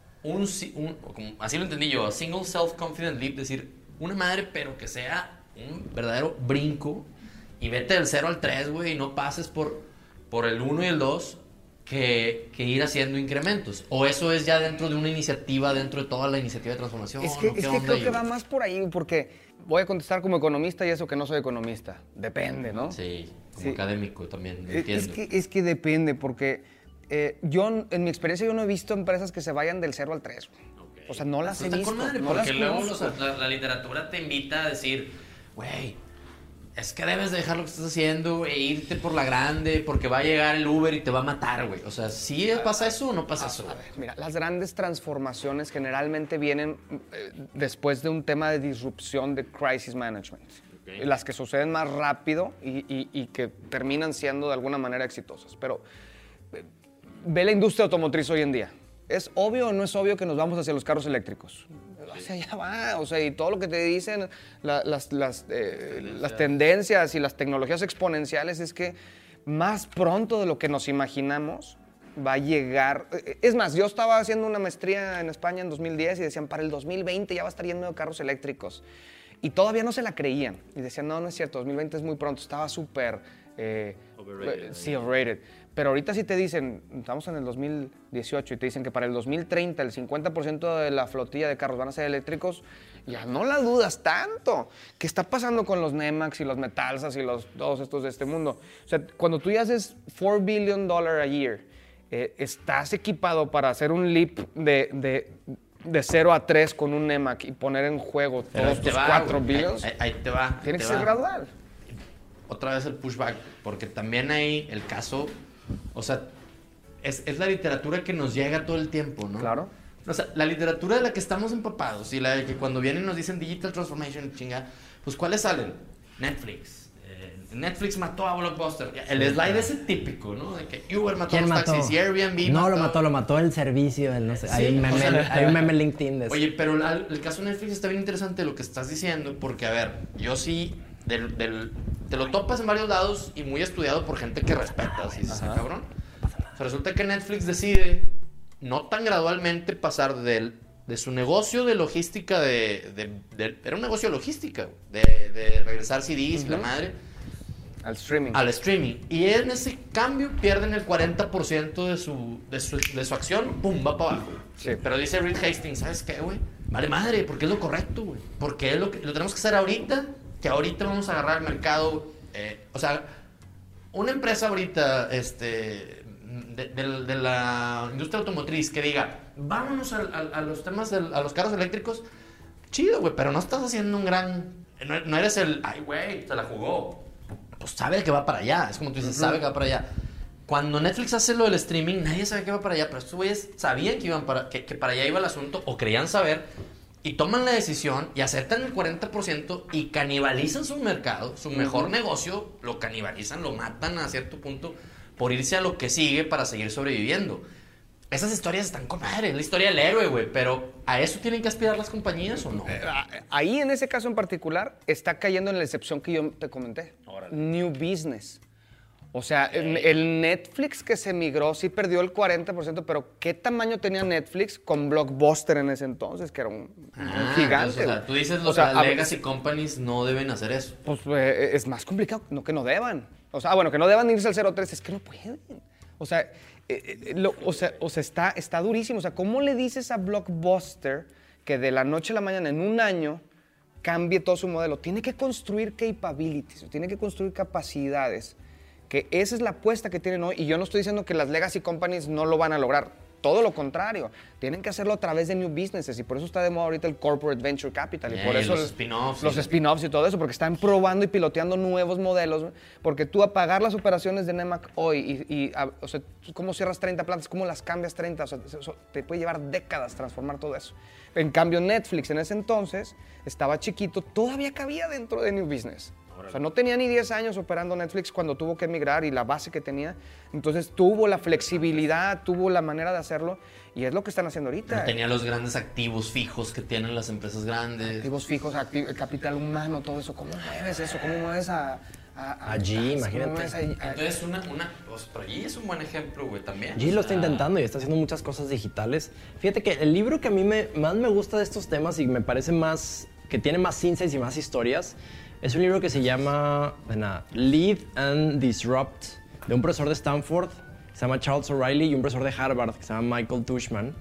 como así lo entendí yo, a single self-confident leap, decir, una madre pero que sea un verdadero brinco y vete del 0 al 3, güey, y no pases por el 1 y el 2 que ir haciendo incrementos. O eso es ya dentro de una iniciativa, dentro de toda la iniciativa de transformación. Es que creo que va más por ahí, porque voy a contestar como economista y eso que no soy economista. Depende, ¿no? Sí, como académico también, entiendo. Es que depende, porque yo, en mi experiencia, yo no he visto empresas que se vayan del 0 al 3. Okay. O sea, no las he visto. Madre, no porque las luego conozco. la literatura te invita a decir, güey, es que debes de dejar lo que estás haciendo e irte por la grande porque va a llegar el Uber y te va a matar, güey. O sea, ¿sí pasa eso o no pasa eso? A ver, mira, las grandes transformaciones generalmente vienen después de un tema de disrupción de crisis management. Okay. Las que suceden más rápido y que terminan siendo de alguna manera exitosas. Pero ve la industria automotriz hoy en día. ¿Es obvio o no es obvio que nos vamos hacia los carros eléctricos? Hacia allá va, o sea, y todo lo que te dicen las tendencias y las tecnologías exponenciales es que más pronto de lo que nos imaginamos va a llegar. Es más, yo estaba haciendo una maestría en España en 2010 y decían, para el 2020 ya va a estar lleno de carros eléctricos. Y todavía no se la creían. Y decían, no es cierto, 2020 es muy pronto. Estaba súper... overrated. Sí, overrated. Pero ahorita si te dicen, estamos en el 2018 y te dicen que para el 2030 el 50% de la flotilla de carros van a ser eléctricos, ya no la dudas tanto. ¿Qué está pasando con los Nemax y los Metalsas y todos estos de este mundo? O sea, cuando tú ya haces $4 billion a year, estás equipado para hacer un leap de 0 a 3 con un Nemac y poner en juego todos tus 4 billions. Ahí te va. Tiene que ser gradual. Otra vez el pushback, porque también hay el caso, o sea, es la literatura que nos llega todo el tiempo, ¿no? Claro. O sea, la literatura de la que estamos empapados y la de que cuando vienen nos dicen digital transformation, chinga, pues ¿cuáles salen? Netflix. Netflix mató a Blockbuster. El slide ese típico, ¿no? De que Uber mató a los taxis y Airbnb no lo mató el servicio, no sé. Sí, hay un meme LinkedIn de eso. Oye, pero el caso de Netflix está bien interesante lo que estás diciendo, porque, a ver, yo sí, te lo topas en varios lados y muy estudiado por gente que respetas. Y dices, cabrón. O sea, resulta que Netflix decide, no tan gradualmente, pasar de su negocio de logística, era un negocio de logística, de regresar CDs, la madre, al streaming. Y en ese cambio pierden el 40% de su acción, pum, va para abajo. Sí. Pero dice Reed Hastings, ¿sabes qué, güey? Vale madre, porque es lo correcto, güey. Porque lo tenemos que hacer ahorita que ahorita vamos a agarrar el mercado, o sea, una empresa ahorita, de la industria automotriz que diga, vámonos a los temas, a los carros eléctricos, chido, güey, pero no estás haciendo un gran, no eres el, ay, güey, se la jugó. Pues sabe que va para allá, es como tú dices, sabe que va para allá. Cuando Netflix hace lo del streaming, nadie sabe que va para allá, pero estos güeyes sabían que iban que para allá iba el asunto, o creían saber, y toman la decisión y aceptan el 40% y canibalizan su mercado, su mejor negocio, lo canibalizan, lo matan a cierto punto por irse a lo que sigue para seguir sobreviviendo. Esas historias están con madre, es la historia del héroe, güey, pero ¿a eso tienen que aspirar las compañías o no? Ahí, en ese caso en particular, está cayendo en la excepción que yo te comenté. Órale. New business. O sea, el Netflix que se migró sí perdió el 40%, pero ¿qué tamaño tenía Netflix con Blockbuster en ese entonces? Que era un gigante. Entonces, o sea, tú dices las legacy companies no deben hacer eso. Pues es más complicado, no que no deban. O sea, bueno, que no deban irse al 0.3, es que no pueden. O sea, está durísimo. O sea, ¿cómo le dices a Blockbuster que de la noche a la mañana, en un año, cambie todo su modelo? Tiene que construir capabilities, tiene que construir capacidades, que esa es la apuesta que tienen hoy. Y yo no estoy diciendo que las legacy companies no lo van a lograr. Todo lo contrario. Tienen que hacerlo a través de new businesses. Y por eso está de moda ahorita el corporate venture capital. Y por eso los spin-offs. Los spin-offs y todo eso. Porque están probando y piloteando nuevos modelos. Porque tú a pagar las operaciones de Nemak hoy o sea, ¿cómo cierras 30 plantas? ¿Cómo las cambias 30? O sea, te puede llevar décadas transformar todo eso. En cambio, Netflix en ese entonces estaba chiquito. Todavía cabía dentro de new business. O sea, no tenía ni 10 años operando Netflix cuando tuvo que emigrar y la base que tenía. Entonces tuvo la flexibilidad, tuvo la manera de hacerlo y es lo que están haciendo ahorita. No tenía los grandes activos fijos que tienen las empresas grandes. Activos fijos, capital humano, todo eso. ¿Cómo mueves eso? ¿Cómo mueves allí, imagínate. Entonces, pues, pero allí es un buen ejemplo, güey, también. Allí lo está intentando y está haciendo muchas cosas digitales. Fíjate que el libro que a mí más me gusta de estos temas y me parece más, que tiene más insights y más historias, es un libro que se llama Lead and Disrupt, de un profesor de Stanford, que se llama Charles O'Reilly, y un profesor de Harvard, que se llama Michael Tushman.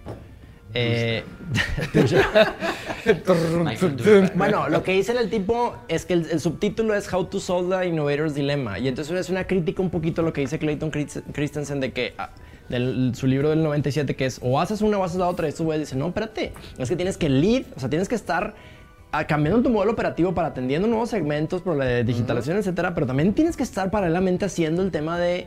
Bueno, lo que dice el tipo es que el subtítulo es How to Solve the Innovator's Dilemma. Y entonces es una crítica un poquito a lo que dice Clayton Christensen de que... su libro del 97, que es o haces una o haces la otra. Y estos güeyes dicen, no, espérate, es que tienes que lead, o sea, tienes que estar cambiando tu modelo operativo para atendiendo nuevos segmentos por la digitalización, etcétera, pero también tienes que estar paralelamente haciendo el tema de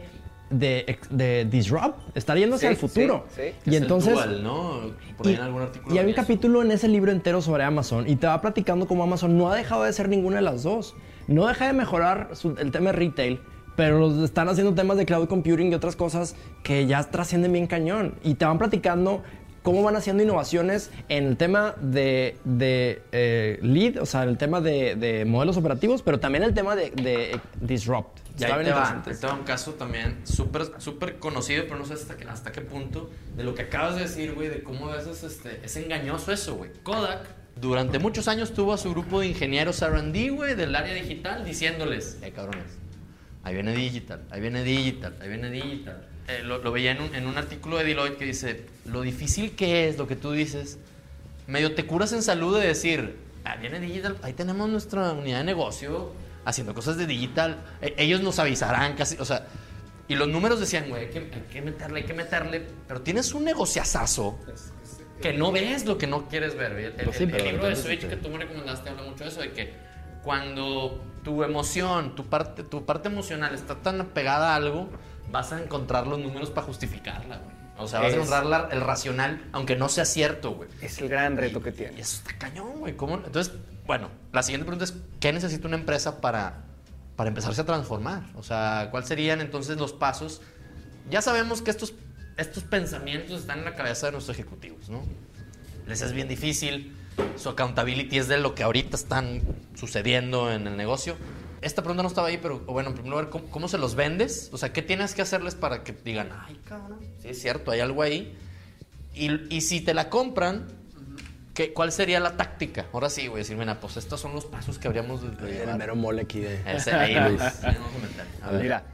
disrupt, estar yendo hacia el futuro. Sí. Y entonces, dual, ¿no? Por ahí en algún artículo. Y hay un capítulo en ese libro entero sobre Amazon y te va platicando cómo Amazon no ha dejado de ser ninguna de las dos. No deja de mejorar el tema de retail, pero están haciendo temas de cloud computing y otras cosas que ya trascienden bien cañón. Y te van platicando cómo van haciendo innovaciones en el tema de lead, o sea, el tema de modelos operativos, pero también el tema de disrupt. Ya ahí te va un caso también súper conocido, pero no sé hasta qué punto, de lo que acabas de decir, güey, de cómo a veces es engañoso eso, güey. Kodak durante muchos años tuvo a su grupo de ingenieros R&D, güey, del área digital, diciéndoles, cabrones, ahí viene digital, ahí viene digital, ahí viene digital. Lo veía en un artículo de Deloitte que dice, lo difícil que es lo que tú dices, medio te curas en salud de decir, viene digital, ahí tenemos nuestra unidad de negocio haciendo cosas de digital, ellos nos avisarán casi, o sea, y los números decían, güey, hay que meterle, pero tienes un negociazazo que no ves lo que no quieres ver. El libro de Switch que tú me recomendaste habla mucho de eso, de que cuando tu emoción, tu parte emocional está tan apegada a algo, vas a encontrar los números para justificarla, güey. O sea, vas a encontrar el racional, aunque no sea cierto, güey. Es el gran reto que tiene. Y eso está cañón, güey. ¿Cómo? Entonces, bueno, la siguiente pregunta es, ¿qué necesita una empresa para empezarse a transformar? O sea, ¿cuáles serían entonces los pasos? Ya sabemos que estos pensamientos están en la cabeza de nuestros ejecutivos, ¿no? Les es bien difícil, su accountability es de lo que ahorita están sucediendo en el negocio. Esta pregunta no estaba ahí, pero bueno, en primer lugar, ¿cómo se los vendes? O sea, ¿qué tienes que hacerles para que digan, ay, cabrón, sí es cierto, hay algo ahí? Y si te la compran, ¿cuál sería la táctica? Ahora sí, güey, decir, mira, pues estos son los pasos que habríamos de llevar. El mero mole aquí de... Ahí, Luis. A ver. Mira,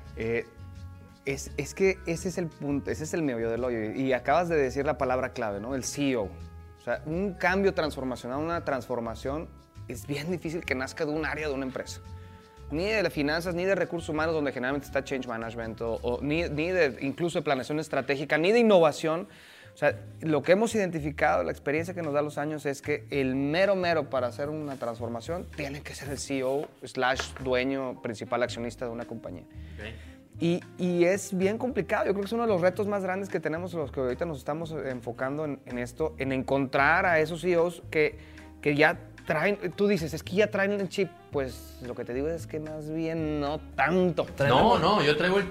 es que ese es el punto, ese es el meollo del hoyo. Y acabas de decir la palabra clave, ¿no? El CEO. O sea, un cambio transformacional, una transformación es bien difícil que nazca de un área de una empresa. Ni de las finanzas, ni de recursos humanos, donde generalmente está change management, ni de incluso de planeación estratégica, ni de innovación. O sea, lo que hemos identificado, la experiencia que nos da los años es que el mero para hacer una transformación tiene que ser el CEO / dueño, principal accionista de una compañía. Okay. Y es bien complicado. Yo creo que es uno de los retos más grandes que tenemos, los que ahorita nos estamos enfocando en esto, en encontrar a esos CEOs que ya traen, tú dices, es que ya traen el chip. Pues lo que te digo es que más bien no tanto. No, yo traigo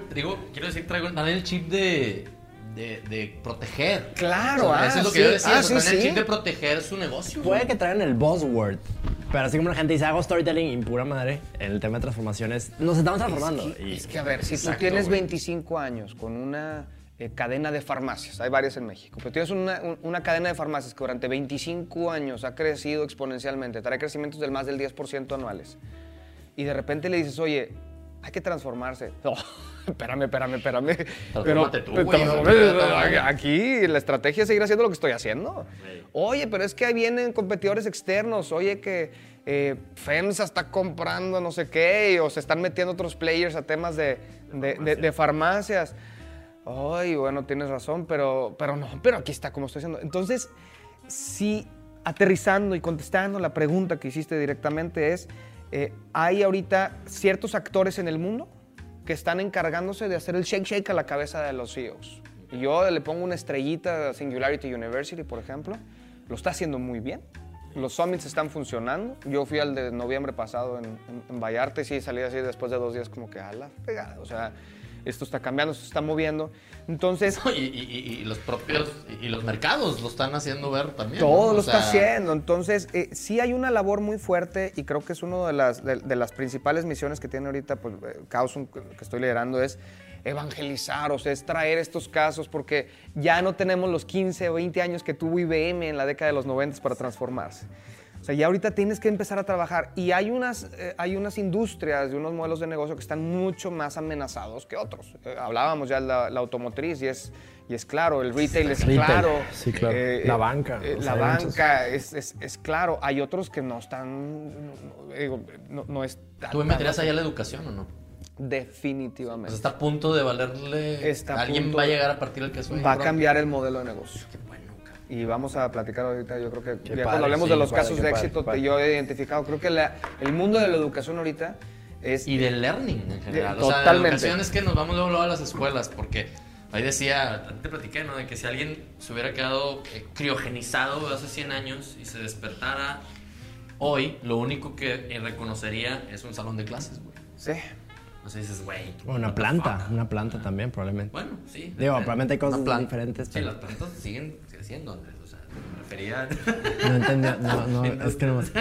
el chip de proteger. Claro, eso es lo que yo decía, el chip de proteger su negocio. Puede que traigan el buzzword, pero así como la gente dice, hago storytelling y pura madre, en el tema de transformaciones, nos estamos transformando. Es que a ver, si tú tienes 25 años con una cadena de farmacias, hay varias en México, pero tienes una cadena de farmacias que durante 25 años ha crecido exponencialmente, trae crecimientos del más del 10% anuales, y de repente le dices, oye, hay que transformarse. No, espérame. Transfórmate tú, güey. Aquí la estrategia es seguir haciendo lo que estoy haciendo. Oye, pero es que ahí vienen competidores externos. Oye, que FEMSA está comprando no sé qué, o se están metiendo otros players a temas de farmacias. Ay, bueno, tienes razón, pero aquí está como estoy haciendo. Entonces, sí, aterrizando y contestando la pregunta que hiciste directamente es, hay ahorita ciertos actores en el mundo que están encargándose de hacer el shake a la cabeza de los CEOs. Y yo le pongo una estrellita a Singularity University, por ejemplo. Lo está haciendo muy bien. Los summits están funcionando. Yo fui al de noviembre pasado en Vallarta y sí, salí así después de 2 días como que a la pegada. O sea, esto está cambiando, se está moviendo. Entonces... Y los propios... Y los mercados lo están haciendo ver también. Todo, ¿no? Lo está haciendo. Entonces, sí hay una labor muy fuerte y creo que es una de las principales misiones que tiene ahorita pues, Causum, que estoy liderando, es evangelizar, o sea, es traer estos casos porque ya no tenemos los 15 o 20 años que tuvo IBM en la década de los 90 para transformarse. O sea, ya ahorita tienes que empezar a trabajar y hay unas industrias y unos modelos de negocio que están mucho más amenazados que otros. Hablábamos ya de la automotriz y es claro, el retail es claro. Sí, claro. La banca. La banca es claro. Hay otros que no están, no es... ¿Tú me meterías allá a la educación o no? Definitivamente. Pues está a punto de valerle... Alguien va a llegar a partir del queso. Va a cambiar el modelo de negocio. Qué bueno. Y vamos a platicar ahorita, yo creo que ya cuando hablemos de los casos de éxito, yo he identificado, creo que el mundo de la educación ahorita es... Y del learning en general. Totalmente. O sea, la educación es que nos vamos luego a las escuelas, porque ahí decía, te platiqué, ¿no? De que si alguien se hubiera quedado criogenizado hace 100 años y se despertara hoy, lo único que reconocería es un salón de clases, güey. Sí. O sea, dices, güey. Una planta también, probablemente. Bueno, sí. Digo, probablemente hay cosas diferentes. Sí, las plantas siguen siendo, Andrés. O sea, me refería... No entendí, no, es que no...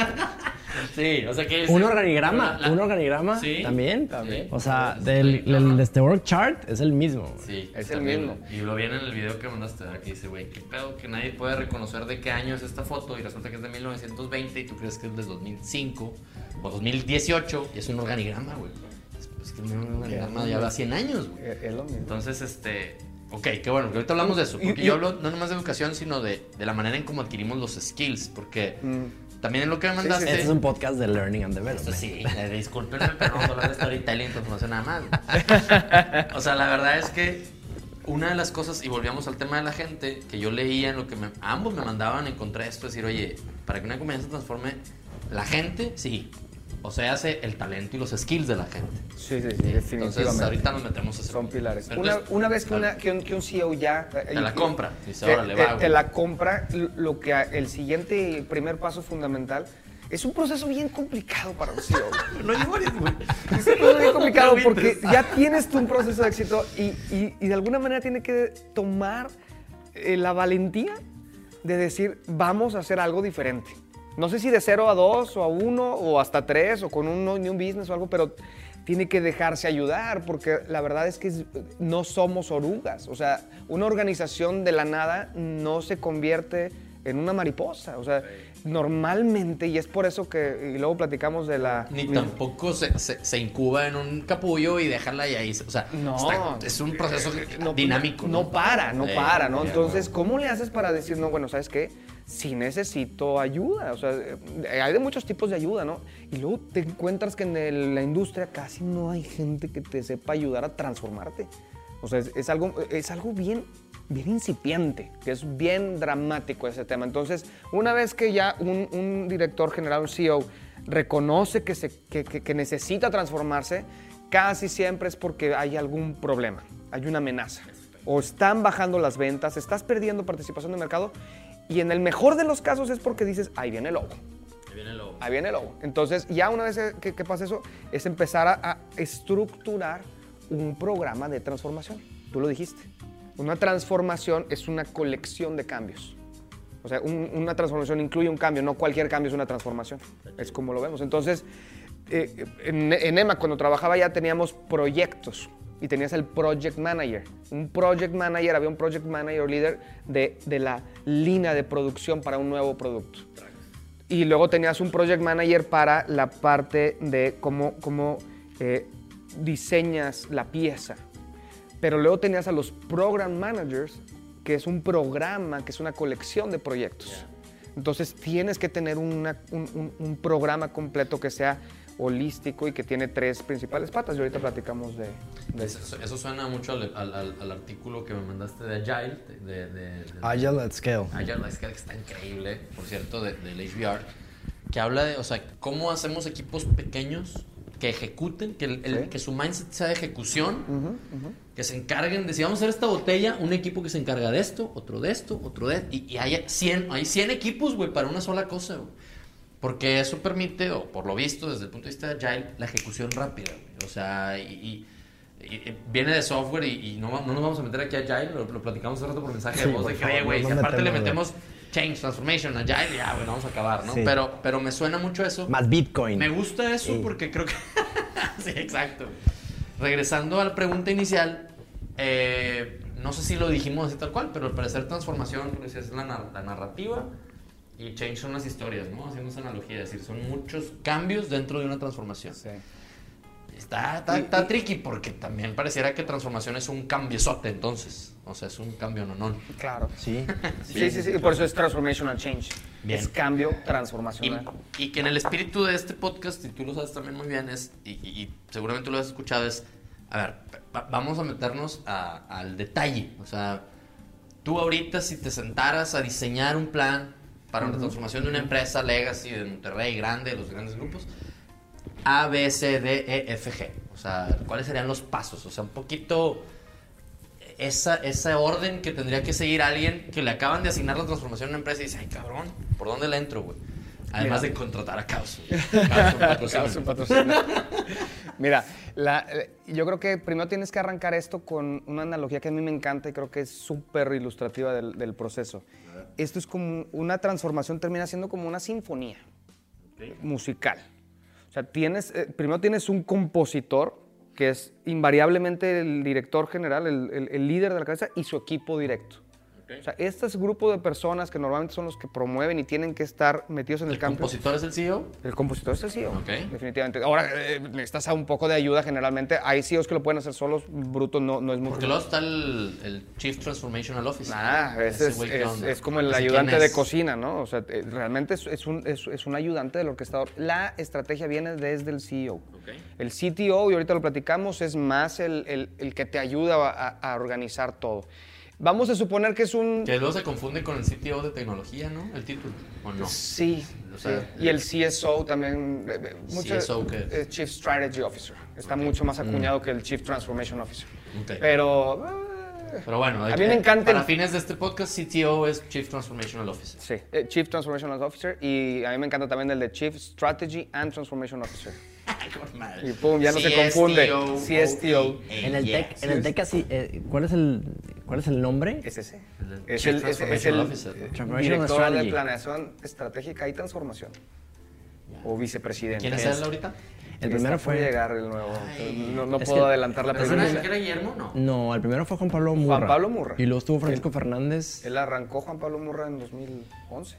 Sí, o sea que... Un organigrama ¿sí? ¿También? Sí. O sea, de este work chart es el mismo. Sí, es el mismo. Y lo vi en el video que mandaste, que dice, güey, qué pedo que nadie puede reconocer de qué año es esta foto y resulta que es de 1920 y tú crees que es de 2005 o 2018 y es un organigrama, güey. Es que un organigrama ya va 100 años, güey. Es lo mismo. Entonces, ok, qué bueno, que ahorita hablamos de eso, porque yo hablo no nomás de educación, sino de la manera en cómo adquirimos los skills, porque también en lo que me mandaste... Este es un podcast de Learning and Development. Sí, discúlpenme, pero no hablar de storytelling, transformación nada más. O sea, la verdad es que una de las cosas, y volvíamos al tema de la gente, que yo leía en lo que ambos me mandaban, encontré esto, decir, oye, para que una compañía se transforme, la gente, sí. O sea, hace el talento y los skills de la gente. Sí, definitivamente. Entonces, ahorita nos metemos a eso. Son pilares. Una vez que un CEO ya... Te la compra. Dice, órale, va, te la compra, lo que el siguiente primer paso fundamental es un proceso bien complicado para un CEO. No llores, güey. Es un proceso bien complicado porque ya tienes tú un proceso de éxito y de alguna manera tiene que tomar la valentía de decir, vamos a hacer algo diferente. No sé si de 0 a 2 o a 1 o hasta 3 o con un new business o algo, pero tiene que dejarse ayudar porque la verdad es que no somos orugas. O sea, una organización de la nada no se convierte en una mariposa. O sea, normalmente, y es por eso que, y luego platicamos de la... Ni tampoco se incuba en un capullo y dejarla ahí. O sea, es un proceso dinámico. No para, ¿no? Entonces, ¿cómo le haces para decir, no, bueno, ¿sabes qué? sí necesito ayuda. O sea, hay de muchos tipos de ayuda, ¿no? Y luego te encuentras que en la industria casi no hay gente que te sepa ayudar a transformarte. O sea, es algo bien incipiente, que es bien dramático ese tema. Entonces, una vez que ya un director general, un CEO, reconoce que necesita transformarse, casi siempre es porque hay algún problema, hay una amenaza. O están bajando las ventas, estás perdiendo participación de mercado, y en el mejor de los casos es porque dices, ahí viene el lobo. Ahí viene el lobo. Entonces, ya una vez que pasa eso, es empezar a estructurar un programa de transformación. Tú lo dijiste. Una transformación es una colección de cambios. O sea, una transformación incluye un cambio, no cualquier cambio es una transformación. Es como lo vemos. Entonces, en EMA, cuando trabajaba ya, teníamos proyectos y tenías el project manager. Había un project manager líder de la línea de producción para un nuevo producto. Y luego tenías un project manager para la parte de cómo diseñas la pieza. Pero luego tenías a los program managers, que es un programa, que es una colección de proyectos. Entonces tienes que tener un programa completo que sea holístico y que tiene 3 principales patas. Y ahorita platicamos de eso. Eso suena mucho al artículo que me mandaste de Agile. Agile at Scale. Agile at Scale, que está increíble, por cierto, del HBR, que habla de, o sea, cómo hacemos equipos pequeños que ejecuten, que su mindset sea de ejecución, que se encarguen de, si vamos a hacer esta botella, un equipo que se encarga de esto, otro de esto, otro de esto, y hay 100 equipos, güey, para una sola cosa, güey. Porque eso permite, o por lo visto, desde el punto de vista de Agile, la ejecución rápida, güey. O sea, y viene de software y no nos vamos a meter aquí a Agile, lo platicamos hace rato por mensaje de voz, de que, oye, güey, si aparte le metemos Change, Transformation, Agile, ya, bueno, vamos a acabar, ¿no? Sí. Pero me suena mucho eso. Más Bitcoin. Me gusta eso porque creo que... sí, exacto. Regresando a la pregunta inicial, no sé si lo dijimos así tal cual, pero al parecer transformación, como decías, es la narrativa y Change son las historias, ¿no? Haciendo esa analogía, es decir, son muchos cambios dentro de una transformación. Sí. Está tricky porque también pareciera que transformación es un cambiezote, entonces. O sea, es un cambio no. Claro. Sí. Sí. Por eso es transformational change. Bien. Es cambio transformacional. Y que en el espíritu de este podcast, y tú lo sabes también muy bien, y seguramente lo has escuchado, es, a ver, vamos a meternos al detalle. O sea, tú ahorita si te sentaras a diseñar un plan para una transformación de una empresa legacy de Monterrey grande, de los grandes grupos, A, B, C, D, E, F, G. O sea, ¿cuáles serían los pasos? O sea, un poquito ese orden que tendría que seguir alguien que le acaban de asignar la transformación a una empresa y dice, ay, cabrón, ¿por dónde le entro, güey? Además de contratar a Caos. Caos un patrocinio. Mira, yo creo que primero tienes que arrancar esto con una analogía que a mí me encanta y creo que es súper ilustrativa del proceso. Esto es como una transformación, termina siendo como una sinfonía musical. O sea, primero tienes un compositor, que es invariablemente el director general, el líder de la cabeza, y su equipo directo. Okay. O sea, este grupo de personas que normalmente son los que promueven y tienen que estar metidos en el campo. ¿El compositor es el CEO? El compositor es el CEO, okay. Definitivamente. Ahora, necesitas un poco de ayuda generalmente. Hay CEOs que lo pueden hacer solos, bruto no es muy... Porque luego está el Chief Transformational Officer. Es como el ayudante de cocina, ¿no? O sea, realmente es un ayudante del orquestador. La estrategia viene desde el CEO. Okay. El CTO, y ahorita lo platicamos, es más el que te ayuda a organizar todo. Vamos a suponer que es un... Que luego se confunde con el CTO de tecnología, ¿no? El título, ¿o no? Sí. O sea, y el CSO también. ¿CSO qué es? Chief Strategy Officer. Está mucho más acuñado que el Chief Transformation Officer. Okay. Pero bueno, a mí me encanta... Para fines de este podcast, CTO es Chief Transformational Officer. Sí, Chief Transformational Officer. Y a mí me encanta también el de Chief Strategy and Transformation Officer. Y pum, ya no se confunde. CSTO. En el TEC así, ¿cuál es el nombre? Es ese. Es el director de planeación estratégica y transformación. O vicepresidente. ¿Quién es él ahorita? El primero fue... llegar el nuevo. No puedo adelantar la pregunta. ¿Es que era Guillermo? No, el primero fue Juan Pablo Murra. Juan Pablo Murra. Y luego estuvo Francisco Fernández. Él arrancó Juan Pablo Murra en 2011.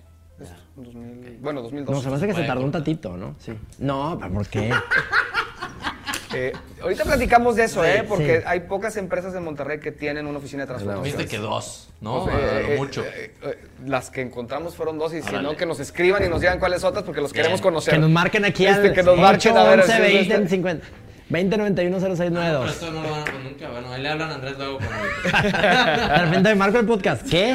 Bueno, 2012. No, se me hace que se tardó un tatito, ¿no? Sí. No, ¿por qué? Ahorita platicamos de eso, porque sí. hay pocas empresas en Monterrey que tienen una oficina de transformación. Viste que 2, ¿no? Pues, A lo mucho. Las que encontramos fueron 2 y si Órale. no, que nos escriban y nos digan cuáles otras porque los queremos conocer. Que nos marquen aquí al que nos marquen a ver 11 si es 20 este. 50 2091 Pero 0692. esto no lo van a pues nunca. Bueno, ahí le hablan a Andrés luego con De repente me marco el podcast. ¿Qué?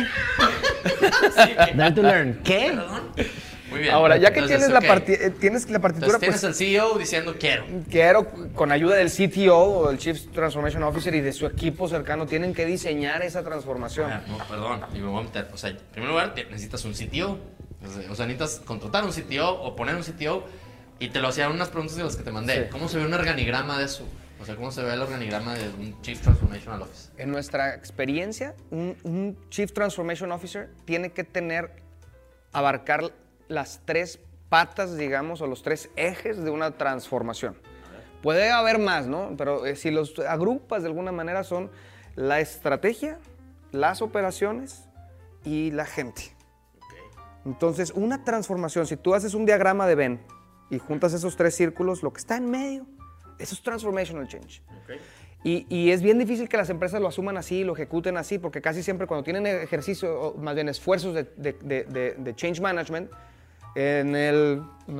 Dare to learn. ¿Qué? Perdón. Muy bien. Ahora, ya que Entonces, tienes la partitura, Entonces, tienes pues el CEO diciendo quiero. quiero, con ayuda del CTO o del Chief Transformation Officer y de su equipo cercano, tienen que diseñar esa transformación. No, perdón, y me voy a meter. O sea, en primer lugar, necesitas un CTO. O sea, necesitas contratar un CTO o poner un CTO. Y te lo hacían unas preguntas de las que te mandé. Sí. ¿Cómo se ve un organigrama de eso? O sea, ¿cómo se ve el organigrama de un Chief Transformation Officer? En nuestra experiencia, un Chief Transformation Officer tiene que abarcar las 3 patas, digamos, o los 3 ejes de una transformación. Puede haber más, ¿no? Pero si los agrupas de alguna manera son la estrategia, las operaciones y la gente. Entonces, una transformación, si tú haces un diagrama de Venn y juntas esos 3 círculos, lo que está en medio, eso es transformational change. Y es bien difícil que las empresas lo asuman así, lo ejecuten así, porque casi siempre cuando tienen ejercicio, o más bien esfuerzos de change management, en el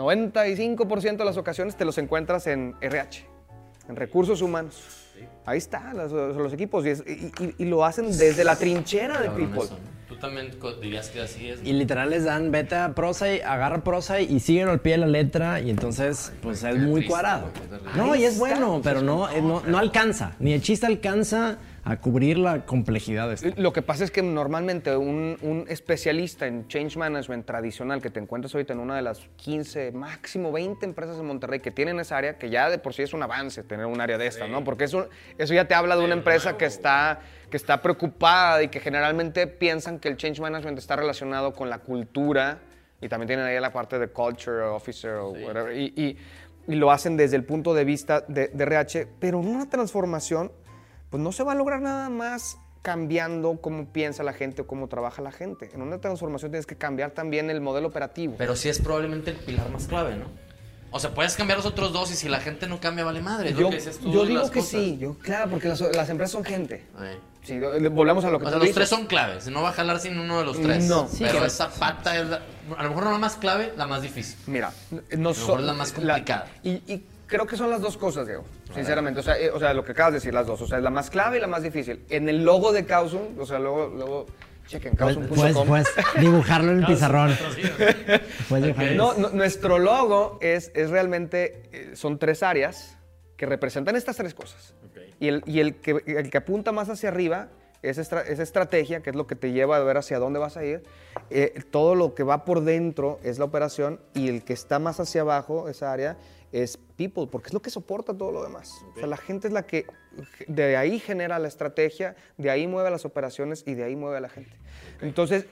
95% de las ocasiones te los encuentras en RH, en recursos humanos. Ahí están los equipos y lo hacen desde la trinchera de Cabrón, people. eso, ¿no? Tú también dirías que así es, ¿no? Y literal les dan, vete a Prosai, agarra Prosai y siguen al pie de la letra y entonces pues es muy triste, cuadrado. güey, qué terrible. No, y es bueno, pero no alcanza. Ni el chiste alcanza a cubrir la complejidad de esto. Lo que pasa es que normalmente un especialista en change management tradicional que te encuentras ahorita en una de las 15, máximo 20 empresas en Monterrey que tienen esa área, que ya de por sí es un avance tener un área de esta, ¿no? Porque eso ya te habla de una empresa que está preocupada y que generalmente piensan que el change management está relacionado con la cultura y también tienen ahí la parte de culture officer o whatever, y lo hacen desde el punto de vista de RH, pero en una transformación pues no se va a lograr nada más cambiando cómo piensa la gente o cómo trabaja la gente. En una transformación tienes que cambiar también el modelo operativo. Pero sí es probablemente el pilar más clave, ¿no? O sea, puedes cambiar los otros 2 y si la gente no cambia, vale madre. Es lo que dices tú yo de digo las que cosas. sí, claro, porque las empresas son gente. Ay. Sí, volvemos a lo que O tú sea, los dices. 3 son claves. No va a jalar sin uno de los 3. No. Pero Sí, esa pata es a lo mejor no la más clave, la más difícil. Mira, mejor es la más complicada. Y creo que son las 2 cosas, Diego, sinceramente. O sea, lo que acabas de decir, las 2. O sea, es la más clave y la más difícil. En el logo de Kausum, o sea, luego chequen Kausum.com. Puedes dibujarlo en el pizarrón. Puedes dibujarlo. No, nuestro logo es realmente, son 3 áreas que representan estas 3 cosas. Y el que apunta más hacia arriba es estrategia, que es lo que te lleva a ver hacia dónde vas a ir. Todo lo que va por dentro es la operación y el que está más hacia abajo, esa área, es people, porque es lo que soporta todo lo demás. O sea, la gente es la que de ahí genera la estrategia, de ahí mueve las operaciones y de ahí mueve a la gente. Entonces,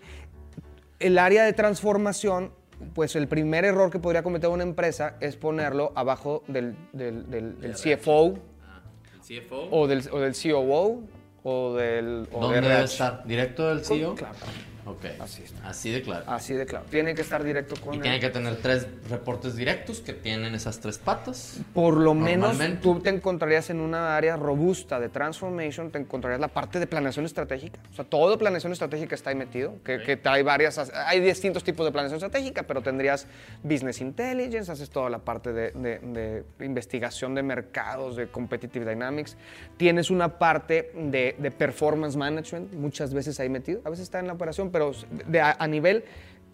el área de transformación, pues el primer error que podría cometer una empresa es ponerlo abajo del CFO, CFO. o del COO o del ¿Dónde de debe RH. estar? ¿Directo del CEO? Claro, Ok. Así está. Así de claro. así de claro. Tiene que estar directo con Y él. tiene que tener 3 reportes directos que tienen esas 3 patas. Por lo menos Normalmente. tú te encontrarías en una área robusta de transformation, te encontrarías la parte de planeación estratégica. O sea, todo planeación estratégica está ahí metido, que hay distintos tipos de planeación estratégica, pero tendrías business intelligence, haces toda la parte de investigación de mercados, de competitive dynamics. Tienes una parte de performance management, muchas veces ahí metido, a veces está en la operación, pero a nivel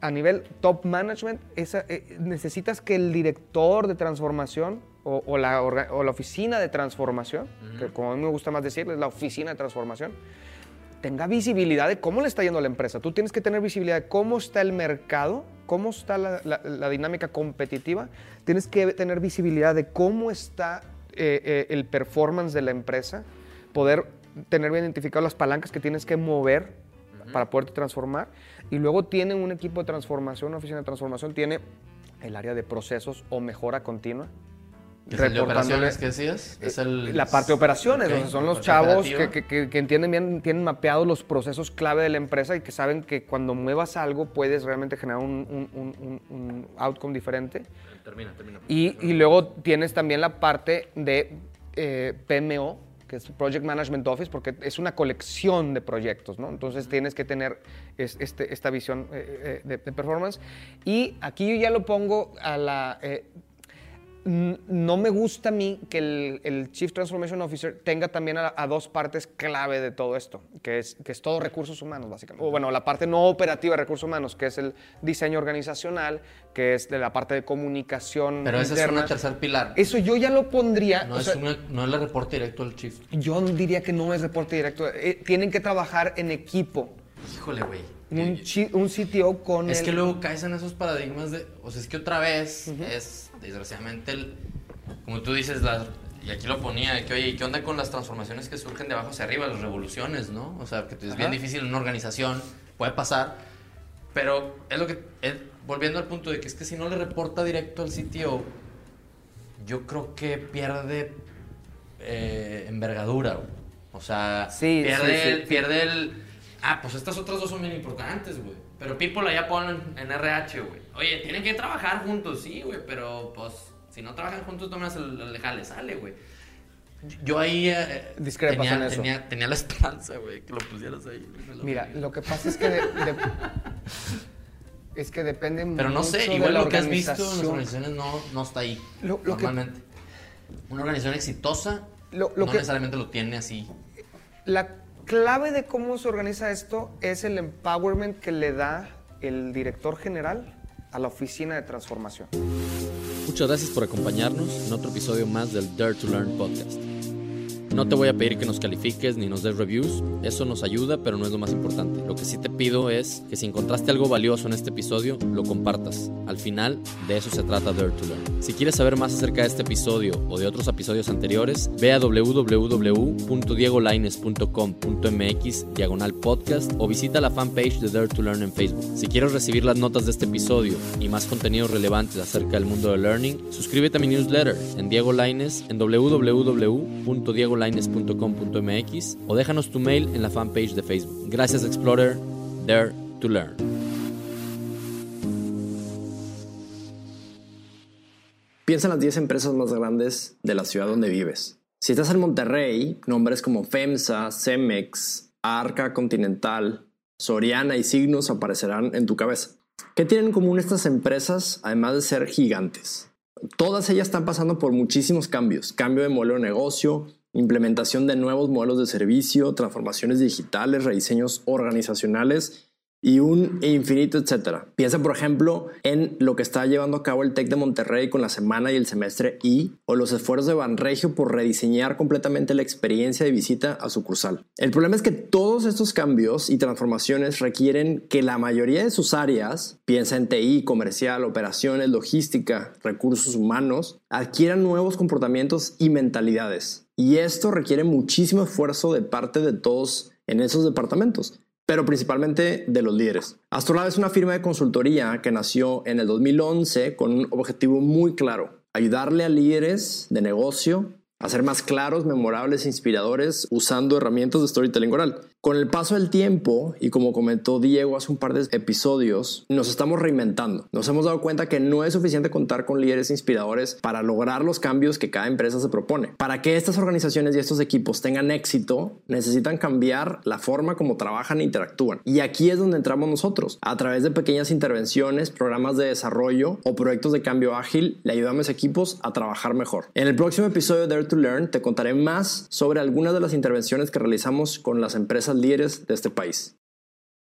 top management, necesitas que el director de transformación o la oficina de transformación, que como a mí me gusta más decir, es la oficina de transformación, tenga visibilidad de cómo le está yendo a la empresa. Tú tienes que tener visibilidad de cómo está el mercado, cómo está la dinámica competitiva. Tienes que tener visibilidad de cómo está el performance de la empresa, poder tener bien identificado las palancas que tienes que mover para poderte transformar. Y luego tiene un equipo de transformación, una oficina de transformación, tiene el área de procesos o mejora continua. ¿Es el de operaciones que decías? Es La parte de operaciones, Ok, o sea, son los parte chavos operativa. que entienden bien, tienen mapeados los procesos clave de la empresa y que saben que cuando muevas algo puedes realmente generar un outcome diferente. Termina. Y luego tienes también la parte de PMO, que es Project Management Office, porque es una colección de proyectos, ¿no? Entonces tienes que tener esta visión de performance. Y aquí yo ya lo pongo a la... no me gusta a mí que el Chief Transformation Officer tenga también a dos partes clave de todo esto, que es todo recursos humanos, básicamente. O bueno, la parte no operativa de recursos humanos, que es el diseño organizacional, que es de la parte de comunicación Pero ese interna. es un tercer pilar. Eso yo ya lo pondría... No, no es el reporte directo al chief. Yo diría que no es reporte directo. Tienen que trabajar en equipo. Híjole, güey. Un CTO con Es que luego caes en esos paradigmas de... O sea, es que otra vez es, desgraciadamente, como tú dices, y aquí lo ponía, de que, oye, ¿qué onda con las transformaciones que surgen de abajo hacia arriba? Las revoluciones, ¿no? O sea, que es bien difícil en una organización, puede pasar, pero es lo que... volviendo al punto de que es que si no le reporta directo al CTO, yo creo que pierde envergadura, güey. O sea, pierde el... pues estas otras dos son bien importantes, güey. Pero people allá ponen en RH, güey. Oye, tienen que trabajar juntos, sí, güey. Pero, pues, si no trabajan juntos, tomas el jale, sale, güey. Yo ahí discrepas en eso. Tenía la esperanza, güey, que lo pusieras ahí. Mira, lo que pasa es que es que depende mucho. Pero no sé, de igual la lo que has visto en las organización. organizaciones no está ahí. Normalmente. Una organización exitosa no necesariamente lo tiene así. La clave de cómo se organiza esto es el empowerment que le da el director general a la oficina de transformación. Muchas gracias por acompañarnos en otro episodio más del Dare to Learn podcast. No te voy a pedir que nos califiques ni nos des reviews, eso nos ayuda, pero no es lo más importante. Lo que sí te pido es que si encontraste algo valioso en este episodio, lo compartas. Al final, de eso se trata Dare to Learn. Si quieres saber más acerca de este episodio o de otros episodios anteriores, ve a www.diegolaines.com.mx/podcast o visita la fanpage de Dare to Learn en Facebook. Si quieres recibir las notas de este episodio y más contenidos relevantes acerca del mundo del learning, suscríbete a mi newsletter en Diego Laines en www.diegolaines.com.mx o déjanos tu mail en la fanpage de Facebook. Gracias, Explorer. Dare to Learn. Piensa en las 10 empresas más grandes de la ciudad donde vives. Si estás en Monterrey, nombres como FEMSA, Cemex, Arca Continental, Soriana y Signos aparecerán en tu cabeza. ¿Qué tienen en común estas empresas además de ser gigantes? Todas ellas están pasando por muchísimos cambios. Cambio de modelo de negocio, implementación de nuevos modelos de servicio, transformaciones digitales, rediseños organizacionales y un infinito etcétera. Piensa, por ejemplo, en lo que está llevando a cabo el TEC de Monterrey con la semana y el semestre I, o los esfuerzos de Banregio por rediseñar completamente la experiencia de visita a sucursal. El problema es que todos estos cambios y transformaciones requieren que la mayoría de sus áreas, piensa en TI, comercial, operaciones, logística, recursos humanos, adquieran nuevos comportamientos y mentalidades. Y esto requiere muchísimo esfuerzo de parte de todos en esos departamentos, pero principalmente de los líderes. Astrolab es una firma de consultoría que nació en el 2011 con un objetivo muy claro: ayudarle a líderes de negocio a ser más claros, memorables e inspiradores usando herramientas de storytelling oral. Con el paso del tiempo, y como comentó Diego hace un par de episodios, nos estamos reinventando. Nos hemos dado cuenta que no es suficiente contar con líderes inspiradores para lograr los cambios que cada empresa se propone. Para que estas organizaciones y estos equipos tengan éxito, necesitan cambiar la forma como trabajan e interactúan. Y aquí es donde entramos nosotros. A través de pequeñas intervenciones, programas de desarrollo o proyectos de cambio ágil, le ayudamos a equipos a trabajar mejor. En el próximo episodio de Dare to Learn te contaré más sobre algunas de las intervenciones que realizamos con las empresas líderes de este país.